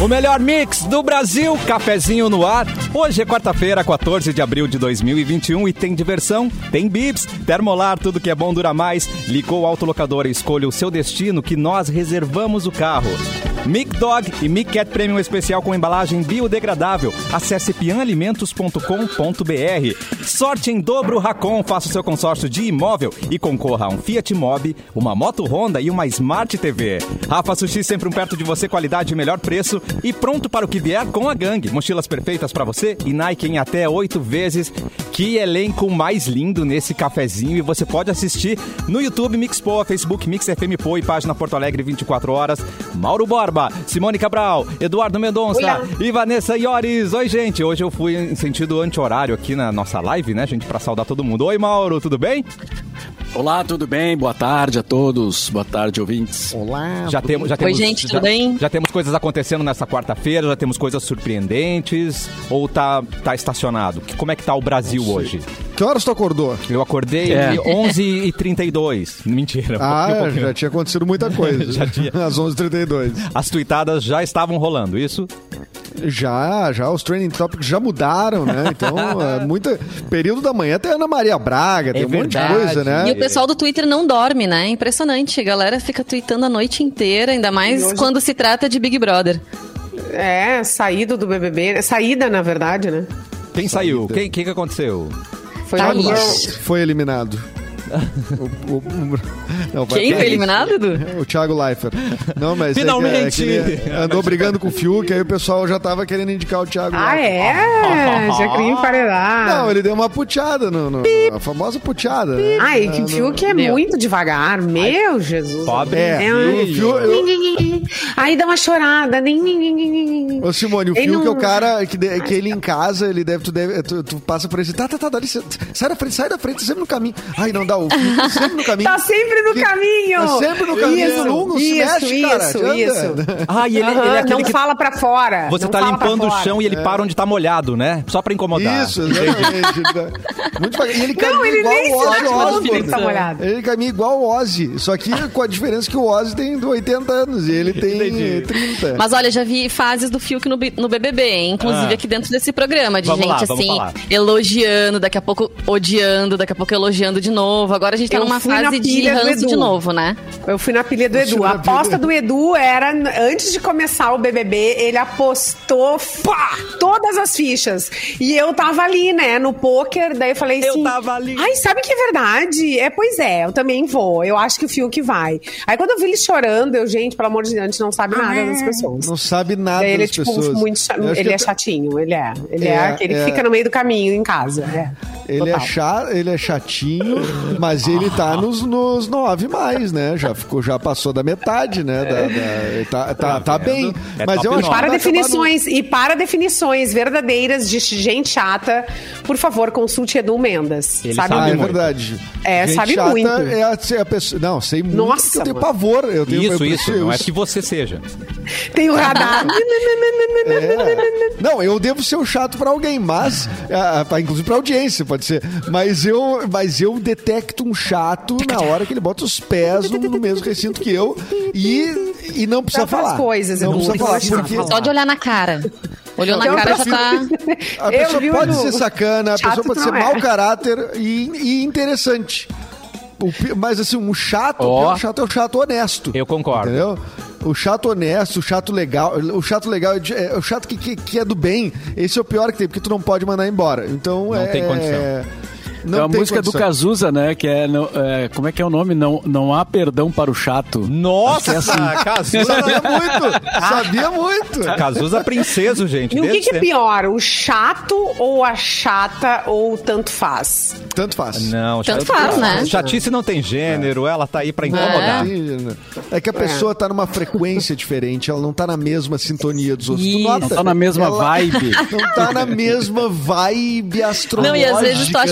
O melhor mix do Brasil, cafezinho no ar. Hoje é quarta-feira, 14 de abril de 2021 e tem diversão, tem bibs, Termolar, tudo que é bom dura mais. Ligou o autolocador e escolha o seu destino que nós reservamos o carro. Mic Dog e Mic Cat Premium especial com embalagem biodegradável. Acesse pianalimentos.com.br. Sorte em dobro Racon, faça o seu consórcio de imóvel e concorra a um Fiat Mobi, uma moto Honda e uma Smart TV. Rafa Sushi, sempre perto de você, qualidade e melhor preço e pronto para o que vier com a gangue. Mochilas perfeitas para você e Nike em até 8 vezes. Que elenco mais lindo nesse cafezinho, e você pode assistir no YouTube Mix Poa, Facebook Mix FM Poa e página Porto Alegre 24 horas. Mauro Borba, Simone Cabral, Eduardo Mendonça e Vanessa Iores. Oi, gente. Hoje eu fui em sentido anti-horário aqui na nossa live, né, gente, para saudar todo mundo. Oi, Mauro, tudo bem? Olá, tudo bem? Boa tarde a todos. Boa tarde, ouvintes. Olá. Já temos, Oi, gente, tudo bem? Já temos coisas acontecendo nessa quarta-feira, já temos coisas surpreendentes ou tá estacionado? Como é que tá o Brasil hoje? Que horas tu acordou? Eu acordei 11h32. Mentira. Já tinha acontecido muita coisa. Já tinha. Às 11h32. As tuitadas já estavam rolando, isso? Já, os trending topics já mudaram, né? Então, período da manhã tem Ana Maria Braga, tem um monte de coisa, né? E o pessoal do Twitter não dorme, né? Impressionante. A galera fica tweetando a noite inteira, ainda mais quando se trata de Big Brother. Saído do BBB. Saída, na verdde, né? Quem saiu? Quem que aconteceu? Foi eliminado. Quem foi eliminado, Edu? O Thiago Leifert. Não, mas finalmente! Ele andou brigando com o Fiuk, aí o pessoal já tava querendo indicar o Thiago Leifert. Já queria emparedar. Não, ele deu uma puteada, a famosa puteada. Né? Ai, que o Fiuk é muito devagar. Meu Jesus. Pobre. Aí dá uma chorada. Ô, Simone, o Fiuk é o cara que ele em casa, tu passa por ele, tá, dá licença. Sai da frente, sempre no caminho. Ai, não dá, o Fiuk tá sempre no caminho. Tá sempre no caminho. Tá sempre no caminho. Não se mexe, cara. Isso. Ah, e ele é aquele não fala pra fora. Você tá limpando o chão e ele para onde tá molhado, né? Só pra incomodar. Isso, exatamente. Muito devagar. E ele caminha igual o Ozzy Osbourne. Tá molhado. Ele caminha igual o Ozzy, só que com a diferença que o Ozzy tem 80 anos e ele tem 30. Mas olha, já vi fases do Fiuk no BBB, hein? Inclusive aqui dentro desse programa, de vamos gente lá, assim, falar. Elogiando, daqui a pouco odiando, daqui a pouco elogiando de novo. Agora a gente tá numa fase de ranço de novo, né? Eu fui na pilha do Edu. A aposta do Edu era, antes de começar o BBB, ele apostou todas as fichas. E eu tava ali, né, no pôquer, daí eu falei assim... Eu tava ali. Ai, sabe que é verdade? Pois é, eu também vou. Eu acho que o Fiuk vai. Aí quando eu vi ele chorando, gente, pelo amor de Deus, a gente não sabe nada das pessoas. Não sabe nada daí das pessoas. Ele é chatinho, ele é aquele que fica no meio do caminho em casa. Ele é chatinho, mas ele tá nos 9 mais, né? Já passou da metade, né? Tá bem. Mas eu acho para definições verdadeiras de gente chata, por favor, consulte Edu Mendes. Ele sabe sabe muito. É verdade. Gente sabe chata muito. É a pessoa. Não, sei muito. Nossa, eu tenho pavor. Isso. Não é que você seja. Tem o radar. Não, eu devo ser o chato pra alguém, mas inclusive pra audiência, pode ser. Mas eu detecto um chato na hora que ele bota os pés no mesmo recinto que eu e não precisa falar. As coisas, não precisa falar. Porque Só de olhar na cara. Olhou na cara, já tá... A pessoa pode ser sacana, a pessoa pode ser mau caráter e interessante. Mas assim, um chato, o chato é o chato honesto. Eu concordo. Entendeu? O chato honesto, o chato legal, o chato o chato que é do bem, esse é o pior que tem, porque tu não pode mandar embora. Então não tem condição. É uma música do Cazuza, né? Que como é que é o nome? Não há perdão para o chato. Nossa, Cazuza sabia muito. Cazuza princeso, gente. E o que é pior? O chato ou a chata ou tanto faz? Tanto faz. Não, tanto faz, né? Chatice não tem gênero, ela tá aí pra incomodar. É que a pessoa tá numa frequência diferente, ela não tá na mesma sintonia dos outros. Não tá na mesma vibe. Não tá na mesma vibe astrológica. Não, e às vezes tu acha uma pessoa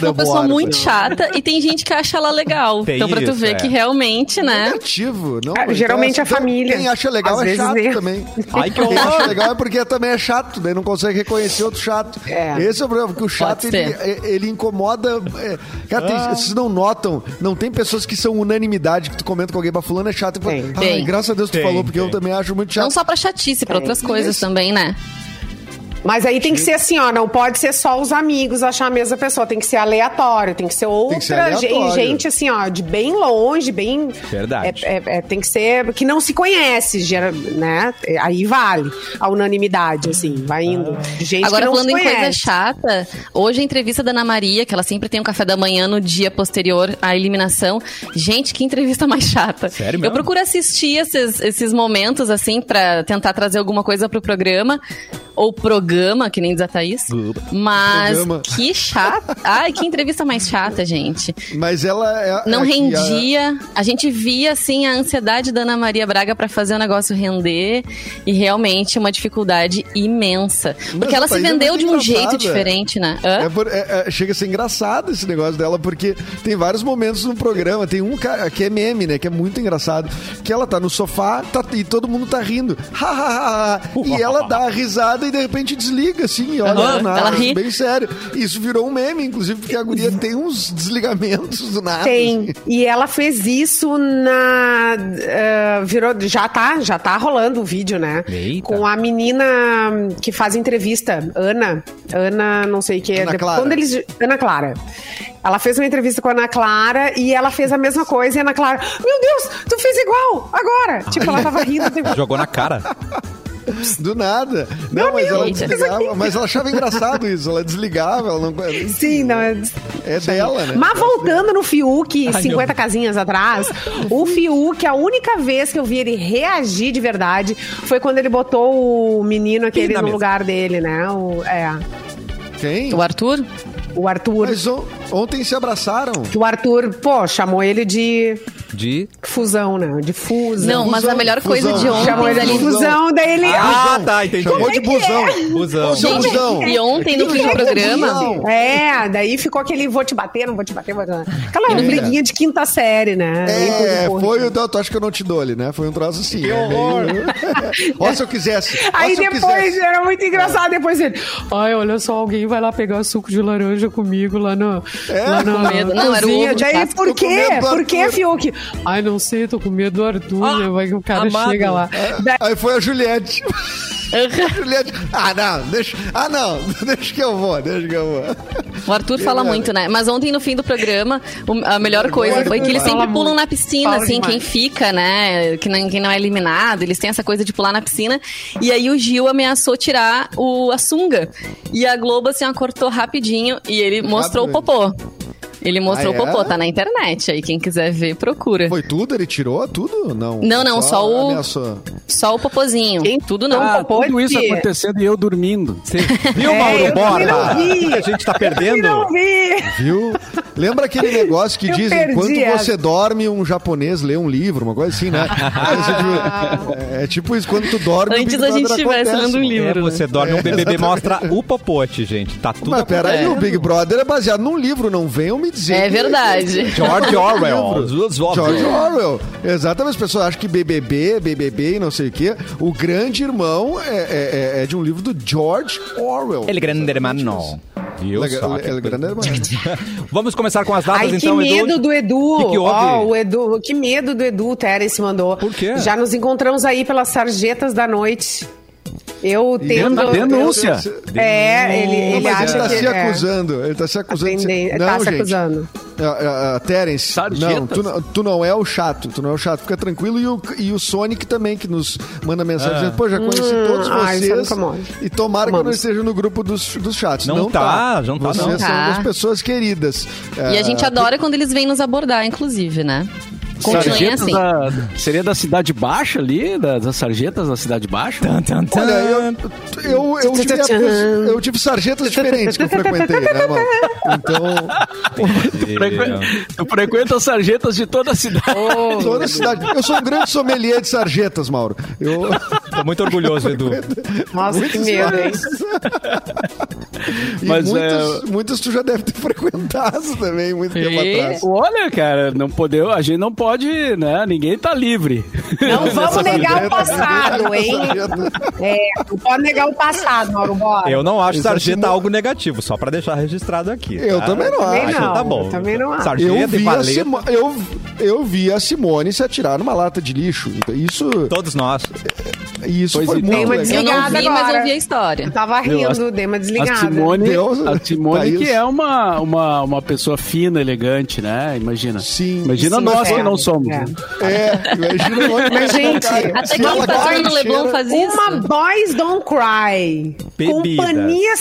muito chata e tem gente que acha ela legal. Tem então, pra tu isso, ver que realmente, né? Negativo, não. Geralmente a família. Quem acha legal Às é vezes chato nem- também. Ai, que Quem horror. acha legal é porque também é chato, daí não consegue reconhecer outro chato. É. Esse é o problema, porque o chato, Pode ele incomoda... Cara, vocês não notam, não tem pessoas que são unanimidade, que tu comenta com alguém pra fulano é chato e fala, Tem. Tem. graças a Deus tu Tem, falou, porque tem. eu também acho muito chato. Não só pra chatice, pra outras coisas também, né? Mas aí tem que ser assim, ó, não pode ser só os amigos achar a mesma pessoa, tem que ser aleatório, tem que ser outra que ser aleatório. gente assim, ó, de bem longe, bem... Verdade. Tem que ser que não se conhece, né? Aí vale a unanimidade, assim, vai indo. De gente Agora, que não falando se em coisa conhece. chata, hoje a entrevista da Ana Maria, que ela sempre tem um café da manhã no dia posterior à eliminação. Gente, que entrevista mais chata. Sério mesmo? Eu procuro assistir esses momentos, assim, pra tentar trazer alguma coisa pro programa. Ou programa, que nem diz a Thaís. Mas Programa. que chato. Ai, que entrevista mais chata, gente. Mas ela... Não rendia. A gente via, assim, a ansiedade da Ana Maria Braga pra fazer o negócio render. E realmente uma dificuldade imensa. Porque Mas ela a se Thaís é vendeu muito de um jeito engraçada. diferente, né? Hã? Chega a ser engraçado esse negócio dela, porque tem vários momentos no programa. Tem um cara que é meme, né? Que é muito engraçado. Que ela tá no sofá e todo mundo tá rindo. E ela dá a risada e de repente desliga, assim, e olha Aham, do nada, ela ri. bem sério. Isso virou um meme, inclusive, porque a guria tem uns desligamentos do nada. Tem. assim. E ela fez isso virou. Já tá rolando o vídeo, né? Eita. Com a menina que faz entrevista, Ana, não sei o que. Ana Clara. Ana Clara. Ela fez uma entrevista com a Ana Clara e ela fez a mesma coisa. E a Ana Clara, meu Deus, tu fez igual, agora. Tipo, ela tava rindo. Jogou na cara. Do nada. Não, Meu mas ela Deus, desligava. Mas ela achava engraçado isso. Ela desligava. Ela não... Sim, não é. É dela, né? Mas voltando no Fiuk, Ai, 50 meu. casinhas atrás, o Fiuk, a única vez que eu vi ele reagir de verdade foi quando ele botou o menino aquele na no mesa. lugar dele, né? Quem? O Arthur? O Arthur. Mas ontem se abraçaram. Que o Arthur, pô, chamou ele de De... fusão, né? De fusão. Não, mas a melhor coisa fusão. de ontem, Chamou ele de ali... fusão, daí ele... Ah, tá, entendi. Chamou de busão. Busão. Ô, seu Gente, busão. E ontem, no fim do programa... Daí ficou aquele vou te bater, não vou te bater. Aquela briguinha de quinta série, né? Foi o... Tu acha que eu não te dou ali, né? Foi um troço assim. Que horror. Ó, se eu quisesse. Ó, Aí se eu depois, quisesse. era muito engraçado, depois ele... Ai, olha só, alguém vai lá pegar suco de laranja comigo lá no... lá na medo. Não, era o cozinha. ovo de Daí, Páscoa. por Tô com quê? medo do Por que, Arthur. Fiuk? Ai, não sei, tô com medo do Arthur, né? Vai que o cara amado. chega lá. Daí- Aí foi a Juliette. Juliette. Deixa que eu vou. O Arthur fala muito, né? Mas ontem, no fim do programa, a melhor coisa foi que eles sempre pulam na piscina, Fala assim, demais. quem fica, né? Quem não é eliminado, eles têm essa coisa de pular na piscina. E aí o Gil ameaçou tirar a sunga. E a Globo, assim, ó, cortou rapidinho e ele mostrou o popô. Ele mostrou Ah, o popô, é? tá na internet. Aí quem quiser ver, procura. Foi tudo? Ele tirou tudo? Não. Não, só o- ameaçou. Só o popozinho. Quem? Tudo não. Ah, Pode tudo isso ser. acontecendo e eu dormindo. Viu, Mauro eu também Borba? não vi. O que a gente tá Eu perdendo? não vi. Viu? Lembra aquele negócio que Eu dizem perdi quando essa. você dorme, um japonês lê um livro, uma coisa assim, né? É tipo isso, quando tu dorme. o Antes Big a gente Brother estivesse acontece, lendo um mano. livro. né? Você dorme, o BBB mostra o popote, gente. Tá tudo Mas peraí, acontecendo. o Big Brother é baseado num livro, não venham me dizer. É que- verdade. George Orwell. George Orwell. Exatamente, as pessoas acham que BBB e não sei o quê. O grande irmão é de um livro do George Orwell. El grande hermano. Viu só? El grande irmão. Vamos começar com as datas, Ai, que então, medo Edu. do Edu. Que houve? Ó, o Edu. Que medo do Edu, o Terence mandou. Por quê? Já nos encontramos aí pelas sarjetas da noite. Eu tendo... denúncia. Ele Mas acha ele tá que... se acusando. Ele tá se acusando. Tá se gente. acusando. Terence, Sarjetas. não, tu não é o chato. Tu não é o chato. Fica tranquilo. E o Sonic também, que nos manda mensagem dizendo, pô, já conheci todos ai, isso é vocês. nunca mais. E tomara que eu não Vamos. esteja no grupo dos chatos. Não tá, não tá, Vocês não. são Tá. das pessoas queridas. E a gente adora quando eles vêm nos abordar, inclusive, né? Continuem Sarjetas assim. seria da Cidade Baixa ali? Das sarjetas da Cidade Baixa? Olha, eu tive sarjetas diferentes que eu frequentei, né, mano? Então, Tu frequenta as sarjetas de toda a cidade. toda a cidade. Eu sou um grande sommelier de sarjetas, Mauro. Eu Tô muito orgulhoso, Edu. Nossa, que medo, hein? E Mas, muitos tu já deve ter frequentado também, muito tempo atrás. Olha, cara, a gente não pode, né? Ninguém tá livre. Não vamos negar o passado, hein? Não pode negar o passado, Mauro Borba. Eu não acho sarjeta algo negativo, só pra deixar registrado aqui. Eu também não acho. Tá bom. Eu também não acho. Sarjeta e valeta. Eu vi a Simone se atirar numa lata de lixo. Isso Todos nós. foi Dei muito uma legal. desligada Eu não vi, mas agora. eu vi a história. Eu tava rindo, dei uma desligada. A Simone Thaís. que é uma pessoa fina, elegante, né? Imagina. Sim. Imagina Sim, nós é. que não somos. É. Né? Imagina onde Mas, gente, Até quem Aquela faz no cheira- Leblon faz isso. Uma Boys Don't Cry. Bebidas. Companhia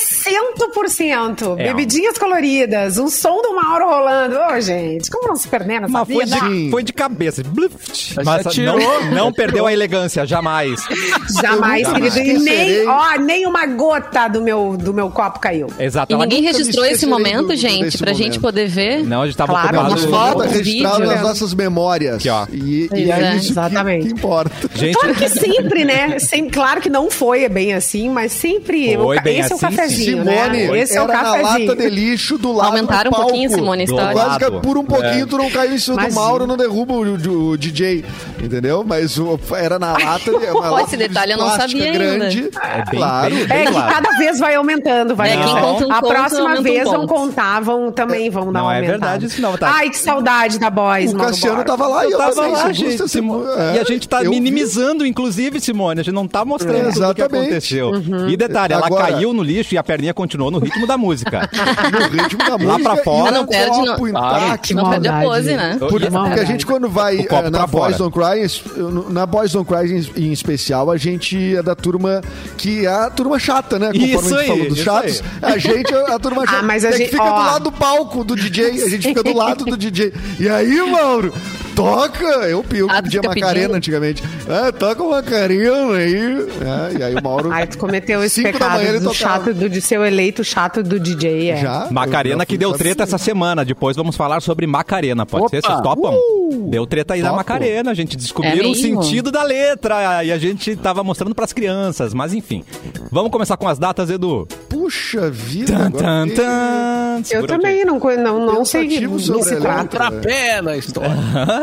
100%. É. Bebidinhas coloridas. Um som do Mauro rolando. Ô, gente, como não se perder nessa Mas vida? foi de cabeça. Bluft. Mas Mas atirou. não perdeu a elegância, jamais. Jamais, Eu nunca querido. E esquecerei. nem uma gota do meu copo caiu. Exato. E ela ninguém nunca- registrou esse esquecerei momento, gente, desse pra gente momento. poder ver. Não, a gente tava Claro, ocupado. umas Tá fotos, registrado vídeo, nas né? nossas memórias. Aqui, ó. E Pois é é, isso exatamente. que importa. Gente, Claro que sempre, né? Claro que não foi bem assim, mas sempre. Foi bem esse é o assim, cafezinho, Simone, né? Esse é o era na cafezinho. lata de lixo do lado Aumentaram do um palco. pouquinho, Simone, a Do história. Quase que lado. por um pouquinho tu não caiu em cima do Imagina. Mauro, não derruba o DJ, entendeu? Mas era na lata, uma lata esse detalhe eu não plástica sabia grande. ainda. bem- Claro. bem- É que claro. cada vez vai aumentando, vai. É, quem aumentando. conta um A ponto, próxima aumenta um vez vão ponto. contar, também vão dar Não uma é aumentada. verdade isso não, tá? Ai, que saudade da Boys, O Mauro Cassiano Borba. tava lá e eu tava também. lá, Você gente. gosta, Simone? E a gente tá Eu vi. minimizando, inclusive, Simone. A gente não tá mostrando tudo o que Exatamente. aconteceu. E detalhe, ela Agora- caiu no lixo e a perninha continuou no ritmo da música. No ritmo da música. pra fora. e Não o perde, não. copo intacto. Não perde a maldade. pose, né? Porque a gente, quando vai O copo na pra Boys fora. Don't Cry, na Boys Don't Cry em especial, a gente é da turma que é a turma chata, né? Conforme Isso a gente aí, falou dos isso chatos, a gente é a turma chata. mas a que gente- fica do ó. lado do palco do DJ, a gente fica do lado do DJ. E aí, Mauro, toca! Eu pedia fica Macarena pedindo? antigamente. Toca uma Macarena aí. E aí o Mauro... Ai, tu cometeu esse 5 da manhã pecado ele do tocava. chato, de ser o eleito chato do DJ. É. Já? Macarena que deu treta essa semana. Depois vamos falar sobre Macarena. Pode ser? Opa! Vocês topam? Deu treta aí da Topo. Macarena. A gente descobriu É o mesmo? sentido da letra. E a gente tava mostrando pras crianças. Mas enfim. Vamos começar com as datas, Edu. Puxa vida. Tan, agora tan, fiquei tan. Eu Segura também não sei pensativo do sobre que se a trata. letra. Trapé na história.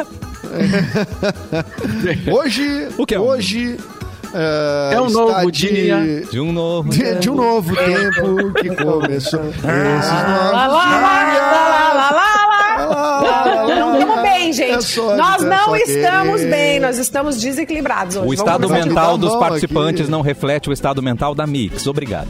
Hoje... O que é? Hoje... É um está novo dia. De um novo. De um novo tempo que começou. Esses novos Lá, lá, lá, lá, lá, lá, lá. Não estamos bem, É gente. só- Nós é não só estamos querer. bem, nós estamos desequilibrados hoje. O Vamos estado começar. mental Tá dos bom participantes aqui. não reflete o estado mental da Mix. Obrigado.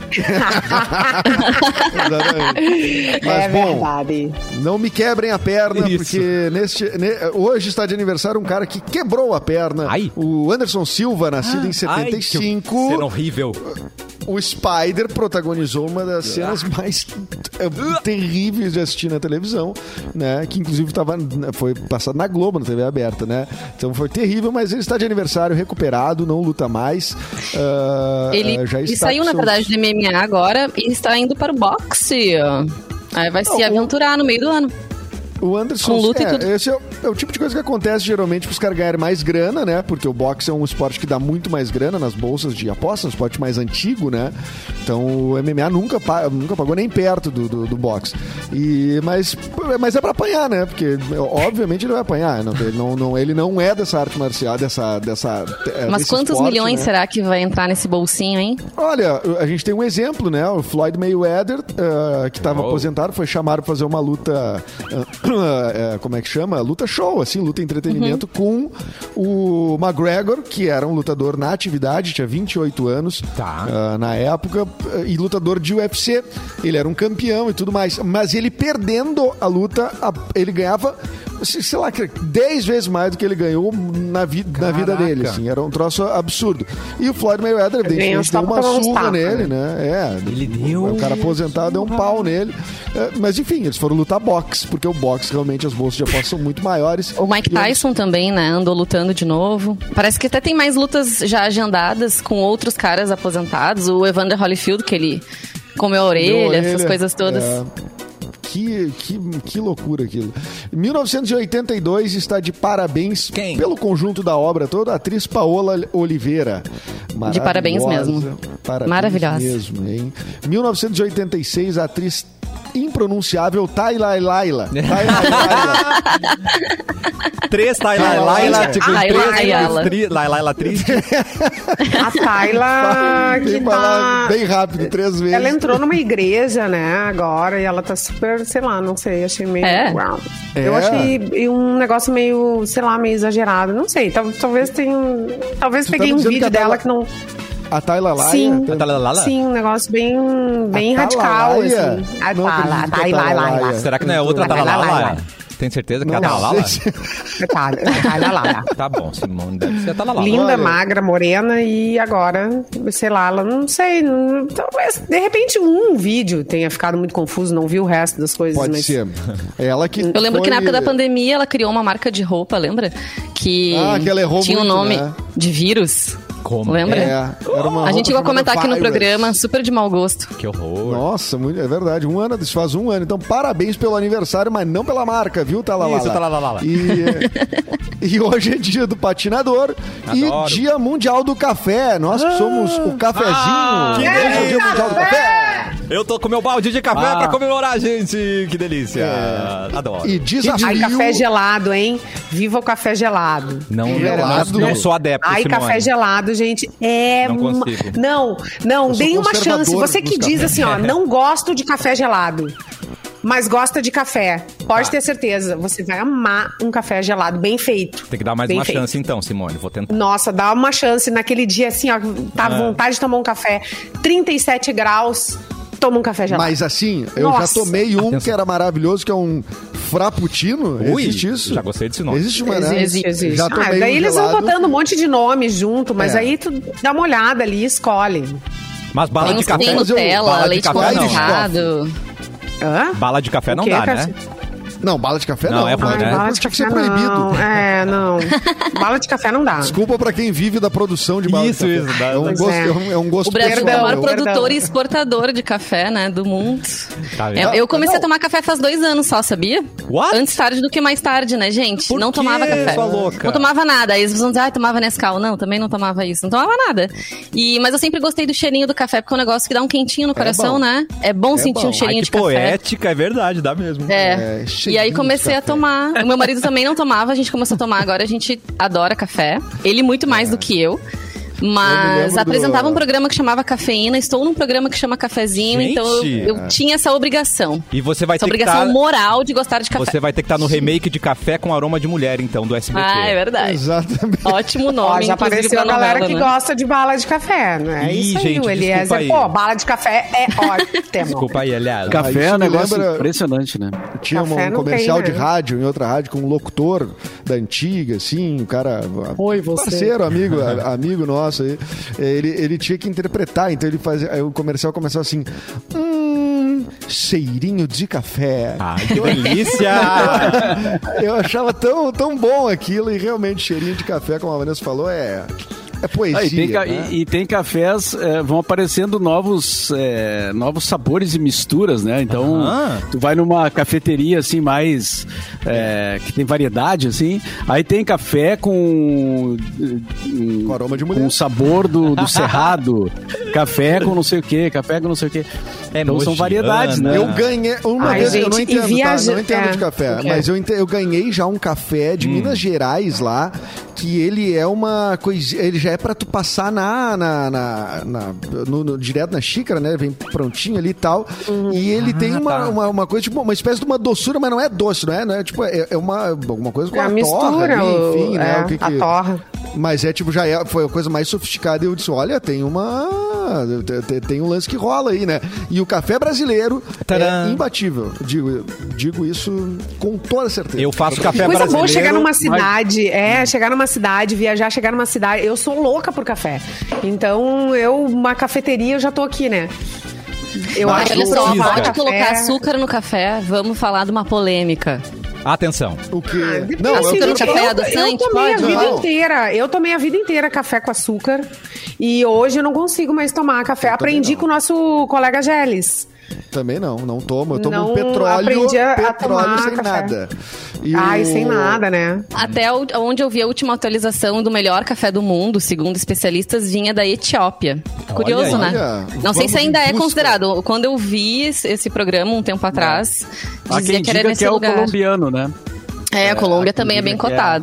Exatamente. Mas, É bom, verdade. não me quebrem a perna, Isso. porque hoje está de aniversário um cara que quebrou a perna. Ai. O Anderson Silva, nascido em Ai, que 75. cena horrível. O Spider protagonizou uma das cenas mais terríveis de assistir na televisão, né? Que inclusive foi passado na Globo, na TV aberta, né? Então foi terrível, mas ele está de aniversário, recuperado, não luta mais. Ele já está saiu, com na seus- verdade, do MMA agora e está indo para o boxe. Aí vai se Não, aventurar no meio do ano. O Anderson, Com luta e tudo. esse é o tipo de coisa que acontece geralmente para os caras ganharem mais grana, né? Porque o boxe é um esporte que dá muito mais grana nas bolsas de aposta, um esporte mais antigo, né? Então o MMA nunca pagou nem perto do boxe. Mas é para apanhar, né? Porque obviamente ele vai apanhar. Ele não é dessa arte marcial, Mas desse quantos esporte, milhões né? será que vai entrar nesse bolsinho, hein? Olha, a gente tem um exemplo, né? O Floyd Mayweather, que estava Oh. aposentado, foi chamado para fazer uma luta, como é que chama? Luta show, assim, luta entretenimento com o McGregor, que era um lutador na atividade, tinha 28 anos Tá. na época, e lutador de UFC. Ele era um campeão e tudo mais. Mas ele perdendo a luta, ele ganhava, sei lá, 10 vezes mais do que ele ganhou na vida dele, assim. Era um troço absurdo. E o Floyd Mayweather, evidentemente, deu uma surra nele, né? Ele deu. O cara aposentado deu um pau nele. Mas enfim, eles foram lutar boxe, porque o boxe realmente as bolsas de aposta são muito maiores. O Mike E eu- Tyson também, né? Andou lutando de novo. Parece que até tem mais lutas já agendadas com outros caras aposentados. O Evander Holyfield, que ele comeu a orelha, essas coisas todas. Que loucura aquilo. Em 1982 está de parabéns Quem? pelo conjunto da obra toda a atriz Paola Oliveira. De parabéns mesmo. Parabéns Maravilhosa. mesmo, hein? 1986, a atriz impronunciável Tayla Laila. Três Laila, tipo, Laila triste. A Tayla Tem que que falar tá... bem rápido, 3 vezes. Ela entrou numa igreja, né, agora, e ela tá super, sei lá, não sei, achei meio... Uau. Eu achei um negócio meio, sei lá, meio exagerado, não sei, talvez tenha... Talvez Tu peguei tá um dizendo vídeo que a dela Tayla- que não... A Tayla Laila? Sim. A Tayla Laila? Sim, um negócio bem A radical, Tayla? assim. A Não Tayla, acredito que é Tayla, Tayla Laila. Laila. Será que não é outra Talalala? Tem certeza que é a Não Talalala? sei se- Tayla, Laila. Tá bom, Simone, deve ser a Talalala. Linda, Olha. magra, morena, e agora, sei lá, ela não sei, talvez, de repente um vídeo tenha ficado muito confuso, não vi o resto das coisas. Pode mas... ser. Ela que Eu lembro foi- que na época da pandemia ela criou uma marca de roupa, lembra? Que ela errou tinha muito, um nome né? de vírus. Como? Lembra? Era uma A gente roupa ia comentar aqui no chamada programa, Virus. super de mau gosto. Que horror. Nossa, é verdade. Isso faz um ano. Então, parabéns pelo aniversário, mas não pela marca, viu, Talalala? Isso, Talalala. E hoje é dia do patinador Adoro. e dia mundial do café. Nós que somos o cafezinho. que Hoje é o dia mundial do café. Eu tô com meu balde de café pra comemorar, gente. Que delícia. Adoro. E desafio... Ai, café gelado, hein? Viva o café gelado. Não, Gelado. não sou adepto, Ai, Simone. café gelado, gente, é... Não consigo. Não, Eu sou deem uma conservador chance. Você que dos diz cafés. assim, ó, não gosto de café gelado, mas gosta de café. Pode ter certeza, você vai amar um café gelado, bem feito. Tem que dar mais Bem uma feito. chance então, Simone. Vou tentar. Nossa, dá uma chance naquele dia assim, ó, tá à vontade de tomar um café, 37 graus, toma um café gelado. Mas assim, eu Nossa. já tomei um que era maravilhoso, que é um frappuccino. Ui, Existe isso? já gostei desse nome. Existe uma, né? Existe. Já tomei daí um eles vão gelado. botando um monte de nome junto, mas É. aí tu dá uma olhada ali e escolhe. Mas bala Tem de uns que tem café... mas eu- Nutella, bala de leite café não. condensado. Hã? Bala de café não O quê, dá, Cássio? né? Não, bala de café Não, não. é ruim, né? Bala de Tinha que café ser proibido. não. Não. Bala de café não dá. Desculpa pra quem vive da produção de bala Isso, de café. isso, dá- É um Pois gosto, é. é um gosto O Brasil é o pessoal, maior meu. produtor e exportador de café, né, do mundo. Tá vendo? Eu comecei a tomar café faz 2 anos só, sabia? What? Antes tarde do que mais tarde, né, gente? Por não quê, tomava café. sua louca? Não tomava nada. Aí eles vão dizer, tomava Nescau. Não, também não tomava isso. Não tomava nada. Mas eu sempre gostei do cheirinho do café, porque é um negócio que dá um quentinho no coração, bom. né? É bom sentir bom. um cheirinho Ai, de que café. poética, é verdade, dá mesmo. É, E cheirinho aí de comecei a café. tomar. O meu marido também não tomava, a gente começou a tomar agora, a gente adora café. Ele muito mais do que eu. Eu me Mas lembro apresentava do- um programa que chamava Cafeína, estou num programa que chama Cafezinho, Gente! então eu tinha essa obrigação. E você vai Essa ter que obrigação estar... moral de gostar de café. Você vai ter que estar no remake de Café com Aroma de Mulher, então, do SBT. Ah, é verdade. Exatamente. Ótimo nome. Ó, já inclusive, apareceu pra a galera novela, que né? gosta de bala de café, né? É Ih, isso aí, gente, o desculpa Eliezer. aí. Pô, bala de café é ótimo. Desculpa aí, aliás. Café é isso um me negócio lembra- impressionante, né? Tinha Café um não comercial tem, de né? rádio, em outra rádio, com um locutor da antiga, assim, um cara... Oi, você. Parceiro, amigo nosso aí. Ele tinha que interpretar, então ele fazia... Aí o comercial começava assim... cheirinho de café. Ai, que delícia! Eu achava tão bom aquilo, e realmente cheirinho de café, como a Vanessa falou, é poesia. E tem cafés, vão aparecendo novos sabores e misturas, né? Então, tu vai numa cafeteria, assim, mais... que tem variedade, assim. Aí tem café com aroma de mulher. com o sabor do cerrado. Café com não sei o quê, café com não sei o quê. Então são variedades, né? Eu ganhei uma Ai, vez, eu não gente, entendo, e tá? viaja- Não entendo é, de café, o quê? mas eu ganhei já um café de Minas Gerais lá, que ele é uma coisa, ele já é pra tu passar direto na xícara, né? Vem prontinho ali e tal. E ele tem uma coisa, tipo, uma espécie de uma doçura, mas não é doce, não é tipo, é alguma coisa com É a a mistura, torra, ali, enfim, né? é, O que a torra. Mas tipo, foi a coisa mais sofisticada. E eu disse, olha, tem um lance que rola aí, né? E o café brasileiro Tadã! é imbatível. Digo isso com toda certeza. Eu faço café Coisa brasileiro... boa chegar numa cidade, chegar numa cidade, viajar, chegar numa cidade. Eu sou louca por café. Então, uma cafeteria, eu já tô aqui, né? Eu Mas acho Olha que só, precisa. pode colocar açúcar no café. Vamos falar de uma polêmica. Atenção. O quê? Açúcar no café é adoçante? Eu tomei Pode? a vida Não. inteira. Eu tomei a vida inteira café com açúcar. E hoje eu não consigo mais tomar café. Aprendi com o nosso colega Geles. Também não tomo. Eu tomo Não petróleo aprendi a tomar sem café. nada. Sem nada, né? Até onde eu vi a última atualização do melhor café do mundo, segundo especialistas, vinha da Etiópia. Curioso, né? Não sei se ainda é considerado. Quando eu vi esse programa um tempo atrás, dizia que era nesse lugar. É o colombiano, né? A Colômbia também é bem cotado.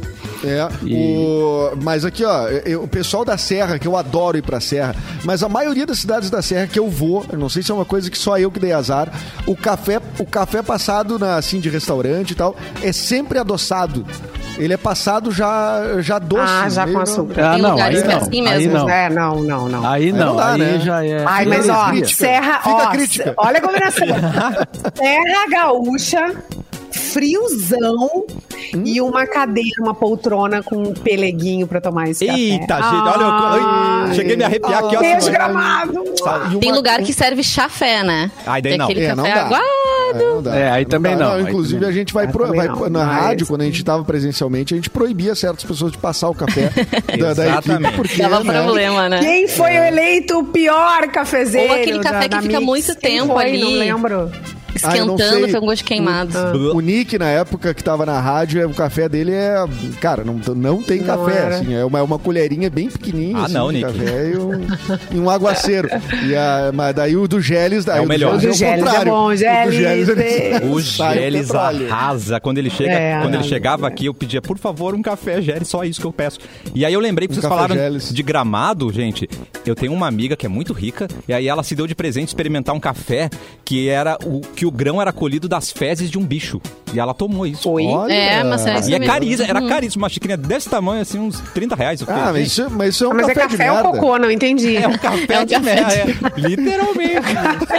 Mas aqui, ó, o pessoal da Serra, que eu adoro ir pra Serra, mas a maioria das cidades da Serra que eu vou, eu não sei se é uma coisa que só eu que dei azar, o café passado assim de restaurante e tal, é sempre adoçado. Ele é passado já doce. Já com açúcar. Tem lugares que é assim mesmo. Não. Aí não dá, né? Já é. Mas ó, Serra, Fica a crítica. Olha a combinação. Serra Gaúcha, friozão e uma cadeira, uma poltrona com um peleguinho pra tomar esse café. Eita, gente, olha, cheguei a me arrepiar aqui. Beijo, Gramado. Tem lugar que serve chafé, né? Daí não. Aquele não café dá. aguado. Não dá. Aí também não. Inclusive, a gente vai na rádio, quando a gente estava presencialmente, a gente proibia certas pessoas de passar o café da equipe. Porque, dava problema, né? Quem foi eleito o pior cafezeiro? Ou aquele café que fica muito tempo ali. Não lembro. Esquentando, foi um gosto queimado. O Nick, na época que tava na rádio, o café dele cara, não tem café, assim, é uma colherinha bem pequenininha. Assim, não, Nick. Café e um aguaceiro. Mas daí o do Gélis... É o melhor. O do Gélis é bom, Gélis. O Gélis arrasa. Quando ele chegava aqui, eu pedia, por favor, um café Gélis, só isso que eu peço. E aí eu lembrei que vocês falaram de Gramado, gente. Eu tenho uma amiga que é muito rica, e aí ela se deu de presente experimentar um café que o grão era colhido das fezes de um bicho. E ela tomou isso. Olha. Mas é isso E mesmo. era caríssimo. Uma xicrinha desse tamanho, assim, uns R$30. Mas isso é um café de café merda. ou cocô, não entendi. É um café de merda. Literalmente.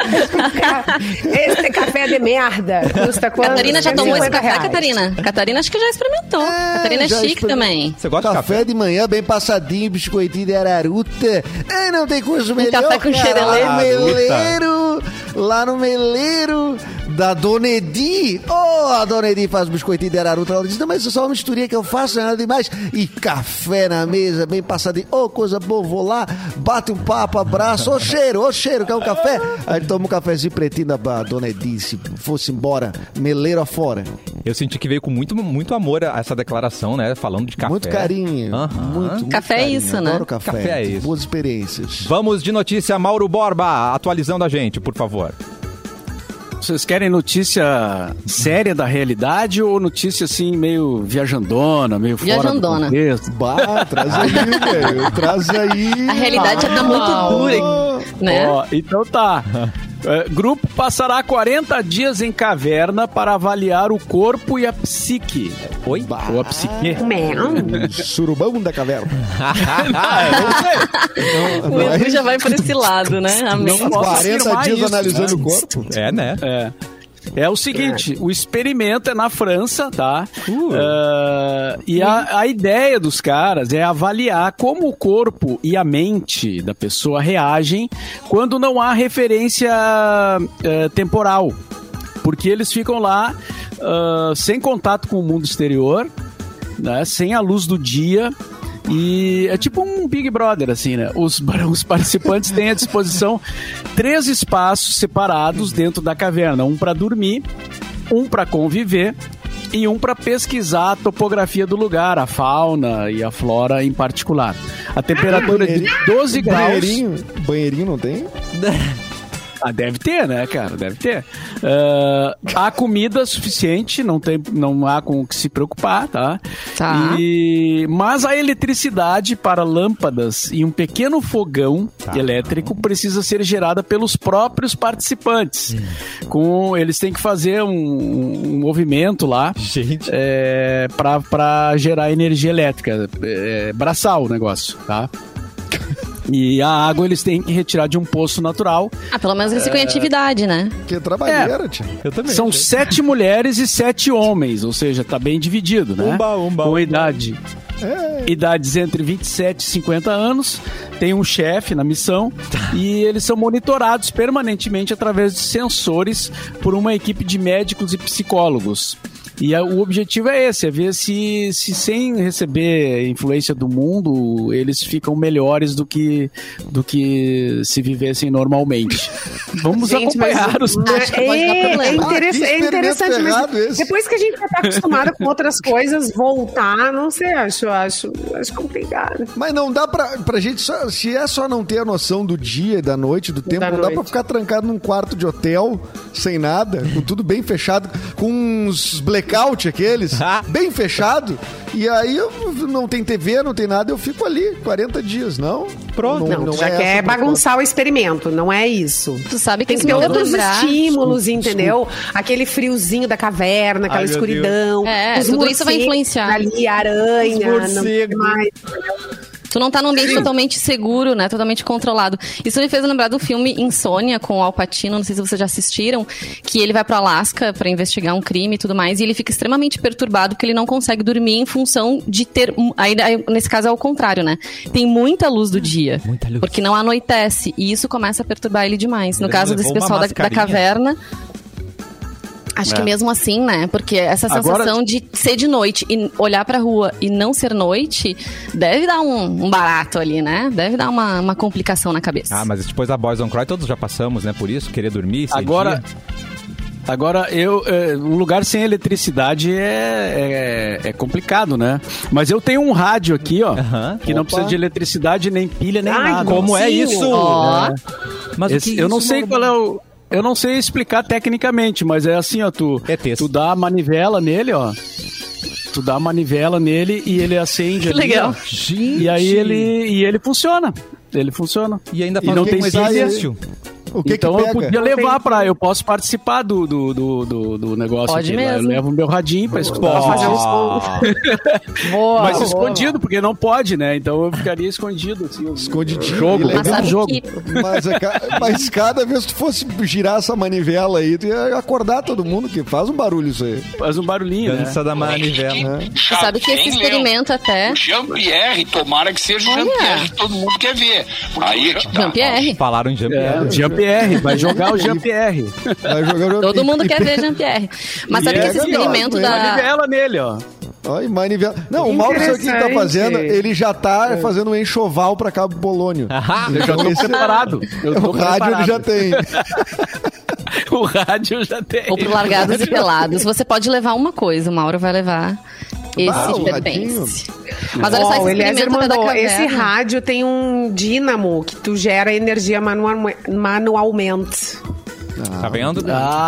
Esse café de merda custa quanto? Catarina já tomou esse café, R$50. Catarina? Catarina acho que já experimentou. Catarina é chique também. Você gosta de Café de manhã bem passadinho, biscoitinho de araruta. Não tem coisa melhor. Café com Meleiro. Lá no Meleiro da Dona Edi. A Dona Edi faz biscoitinho de araruta. Ela diz, não, mas isso é só uma misturinha que eu faço, não é nada demais. E café na mesa, bem passadinho. Coisa boa, vou lá, bate um papo, abraço. Cheiro, quer um café? Aí toma um cafezinho pretinho da Dona Edi, se fosse embora, Meleiro afora. Eu senti que veio com muito, muito amor a essa declaração, né? Falando de café. Muito carinho. Muito café carinho. é isso, né? Adoro café. Café é isso. Boas experiências. Vamos de notícia, Mauro Borba, atualizando a gente, por favor. Vocês querem notícia séria da realidade ou notícia assim meio viajandona, meio fora do contexto? Traz aí, velho. Traz aí. A realidade já tá muito dura, né? Então tá. Grupo passará 40 dias em caverna para avaliar o corpo e a psique. Oi? Ou a psique. Surubão da caverna. O Edu já vai por esse lado, né? Não posso 40 dias isso, analisando né? o corpo. Né? É o seguinte, o experimento é na França, tá? E a ideia dos caras é avaliar como o corpo e a mente da pessoa reagem quando não há referência temporal. Porque eles ficam lá sem contato com o mundo exterior, né? Sem a luz do dia. E é tipo um Big Brother, assim, né? Os participantes têm à disposição 3 espaços separados dentro da caverna. Um para dormir, um para conviver e um para pesquisar a topografia do lugar, a fauna e a flora em particular. A temperatura é de 12 graus... Banheirinho não tem? Deve ter, né, cara? Deve ter. Há comida suficiente, não há com o que se preocupar, tá? Mas a eletricidade para lâmpadas e um pequeno fogão elétrico precisa ser gerada pelos próprios participantes. Eles têm que fazer um movimento lá para gerar energia elétrica. Braçal o negócio, tá? E a água eles têm que retirar de um poço natural. Pelo menos eles ficam em atividade, né? Que trabalheira, tia. Eu também. São 7 mulheres e 7 homens, ou seja, tá bem dividido, né? Com idades entre 27 e 50 anos, tem um chefe na missão e eles são monitorados permanentemente através de sensores por uma equipe de médicos e psicólogos. E o objetivo é esse, é ver se sem receber influência do mundo, eles ficam melhores do que se vivessem normalmente. Vamos acompanhar os... É interessante, mas depois que a gente já tá acostumado com outras coisas, voltar, não sei, acho complicado. Mas não dá pra gente, se é só não ter a noção do dia e da noite, do tempo, não dá pra ficar trancado num quarto de hotel, sem nada, com tudo bem fechado, com uns blackout aqueles, bem fechado, e aí não tem TV, não tem nada, eu fico ali 40 dias, não? Pronto. Não já quer bagunçar o experimento, não é isso. Tu sabe que tem que ter outros estímulos, entendeu? Aquele friozinho da caverna, aquela escuridão. Tudo isso vai influenciar. Ali, aranha, não mais... Tu não tá num ambiente totalmente seguro, né? Totalmente controlado. Isso me fez lembrar do filme Insônia, com o Al Pacino, não sei se vocês já assistiram, que ele vai pro Alasca pra investigar um crime e tudo mais, e ele fica extremamente perturbado porque ele não consegue dormir em função de ter... Aí, nesse caso é o contrário, né? Tem muita luz do dia, porque não anoitece, e isso começa a perturbar ele demais. No caso desse pessoal da caverna... Acho que mesmo assim, né? Porque essa sensação de ser de noite e olhar pra rua e não ser noite deve dar um barato ali, né? Deve dar uma complicação na cabeça. Mas depois da Boys Don't Cry todos já passamos, né? Por isso, querer dormir, Agora, um lugar sem eletricidade é complicado, né? Mas eu tenho um rádio aqui, ó, que não precisa de eletricidade, nem pilha, nem nada. Como é isso? Mas eu não sei qual é o... Eu não sei explicar tecnicamente, mas é assim, ó, tu dá a manivela nele, ó. Tu dá a manivela nele e ele acende ali. Legal. E aí ele funciona. Ele funciona. E ainda não tem exercício. Então eu podia levar eu posso participar do negócio. Pode aqui, mesmo. Eu levo o meu radinho pra escutar. Fazer um som. Mas escondido, porque não pode, né? Então eu ficaria escondido. Assim, escondidinho. Jogo. Mas cada vez que tu fosse girar essa manivela aí, tu ia acordar todo mundo, que faz um barulho isso aí. Faz um barulhinho, Dança da manivela. Você sabe que esse experimento até... O Jean-Pierre, tomara que seja o Jean-Pierre que todo mundo quer ver. Aí que tá. Jean-Pierre. Falaram em Jean-Pierre. Jean-Pierre, vai jogar o Jean-Pierre. Todo mundo quer ver Jean-Pierre. Mas sabe que esse experimento da... manivela nele, ó. Olha, manivela. Não, o Mauro, sabe o que ele tá fazendo? Ele já tá fazendo um enxoval pra Cabo Polônio. Eu já tô preparado. O rádio ele já tem. O rádio já tem. Ou pro Largados e Pelados. Você pode levar uma coisa, o Mauro vai levar esse pertence. Mas olha só, esse rádio tem um dínamo que tu gera energia manualmente. Tá vendo?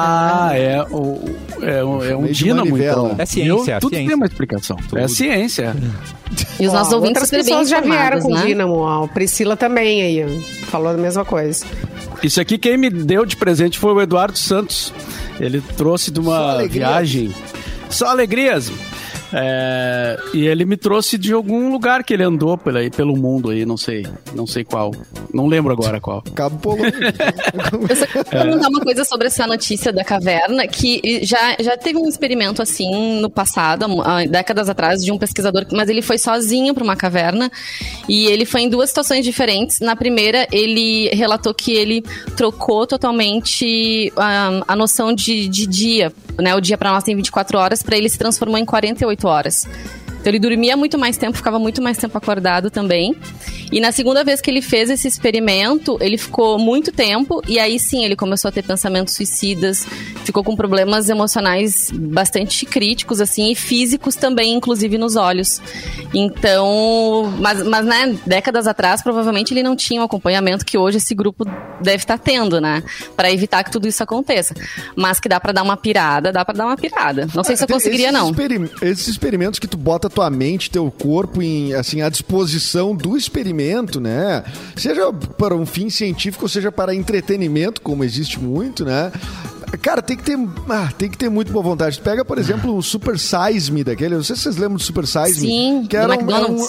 É um dínamo, então. É ciência. Tudo tem uma explicação. É ciência. E os nossos ouvintes outras pessoas já vieram com né? dínamo. A Priscila também aí falou a mesma coisa. Isso aqui quem me deu de presente foi o Eduardo Santos. Ele trouxe de uma viagem. Só alegrias. E ele me trouxe de algum lugar que ele andou pelo mundo aí, não sei qual. Não lembro agora qual. Cabo Polônio. Eu só quero perguntar uma coisa sobre essa notícia da caverna, que já teve um experimento assim no passado, décadas atrás, de um pesquisador, mas ele foi sozinho para uma caverna e ele foi em duas situações diferentes. Na primeira, ele relatou que ele trocou totalmente a noção de dia, né? O dia para nós tem 24 horas, para ele se transformou em 48 horas. Então ele dormia muito mais tempo, ficava muito mais tempo acordado também. E na segunda vez que ele fez esse experimento, ele ficou muito tempo e aí sim ele começou a ter pensamentos suicidas, ficou com problemas emocionais bastante críticos assim e físicos também, inclusive nos olhos. Então, mas né, décadas atrás provavelmente ele não tinha o acompanhamento que hoje esse grupo deve estar tendo, né? Para evitar que tudo isso aconteça. Mas que dá para dar uma pirada, Não sei se eu conseguiria, não. Esses experimentos que tu bota tua mente, teu corpo à disposição do experimento, né? Seja para um fim científico, ou seja para entretenimento, como existe muito, né? Cara, tem que ter muito boa vontade. Tu pega, por exemplo, um Super Size Me daquele. Não sei se vocês lembram do Super Size Me. Sim, que do McDonald's.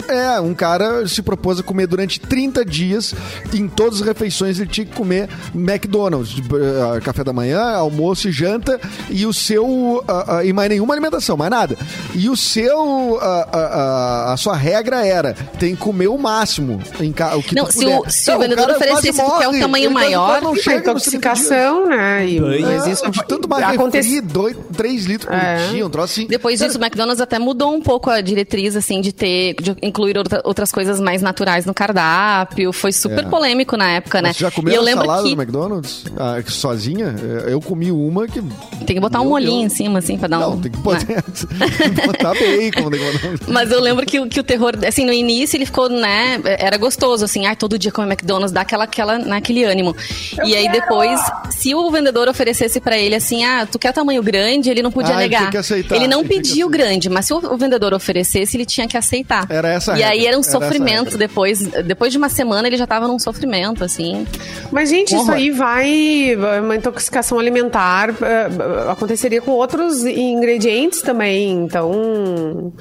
um cara se propôs a comer durante 30 dias, em todas as refeições ele tinha que comer McDonald's, café da manhã, almoço e janta, e o seu, e mais nenhuma alimentação, mais nada. E o seu, a sua regra era, tem que comer o máximo, o que não, tu se puder. o vendedor oferecesse que é um tamanho maior, não chega intoxicação, né? Mas isso de tanto mais refri, 3 litros por dia, um troço assim. Depois disso, o McDonald's até mudou um pouco a diretriz, assim, de incluir outras coisas mais naturais no cardápio. Foi super polêmico na época, né? Mas você já comeu salada do McDonald's? Sozinha? Eu comi uma que... Tem que botar um molhinho em cima, assim, pra dar Não, tem que botar, tem que botar bacon. Mas eu lembro que o terror, assim, no início ele ficou, né? Era gostoso, assim, todo dia comer McDonald's, dá aquele ânimo. E aí depois, se o vendedor oferecesse pra ele, assim, tu quer tamanho grande, ele não podia negar. Ele, aceitar, ele não pediu grande, mas se o vendedor oferecesse, ele tinha que aceitar. Era essa E aí era um sofrimento depois de uma semana ele já tava num sofrimento, assim. Mas, gente, isso aí uma intoxicação alimentar aconteceria com outros ingredientes também, então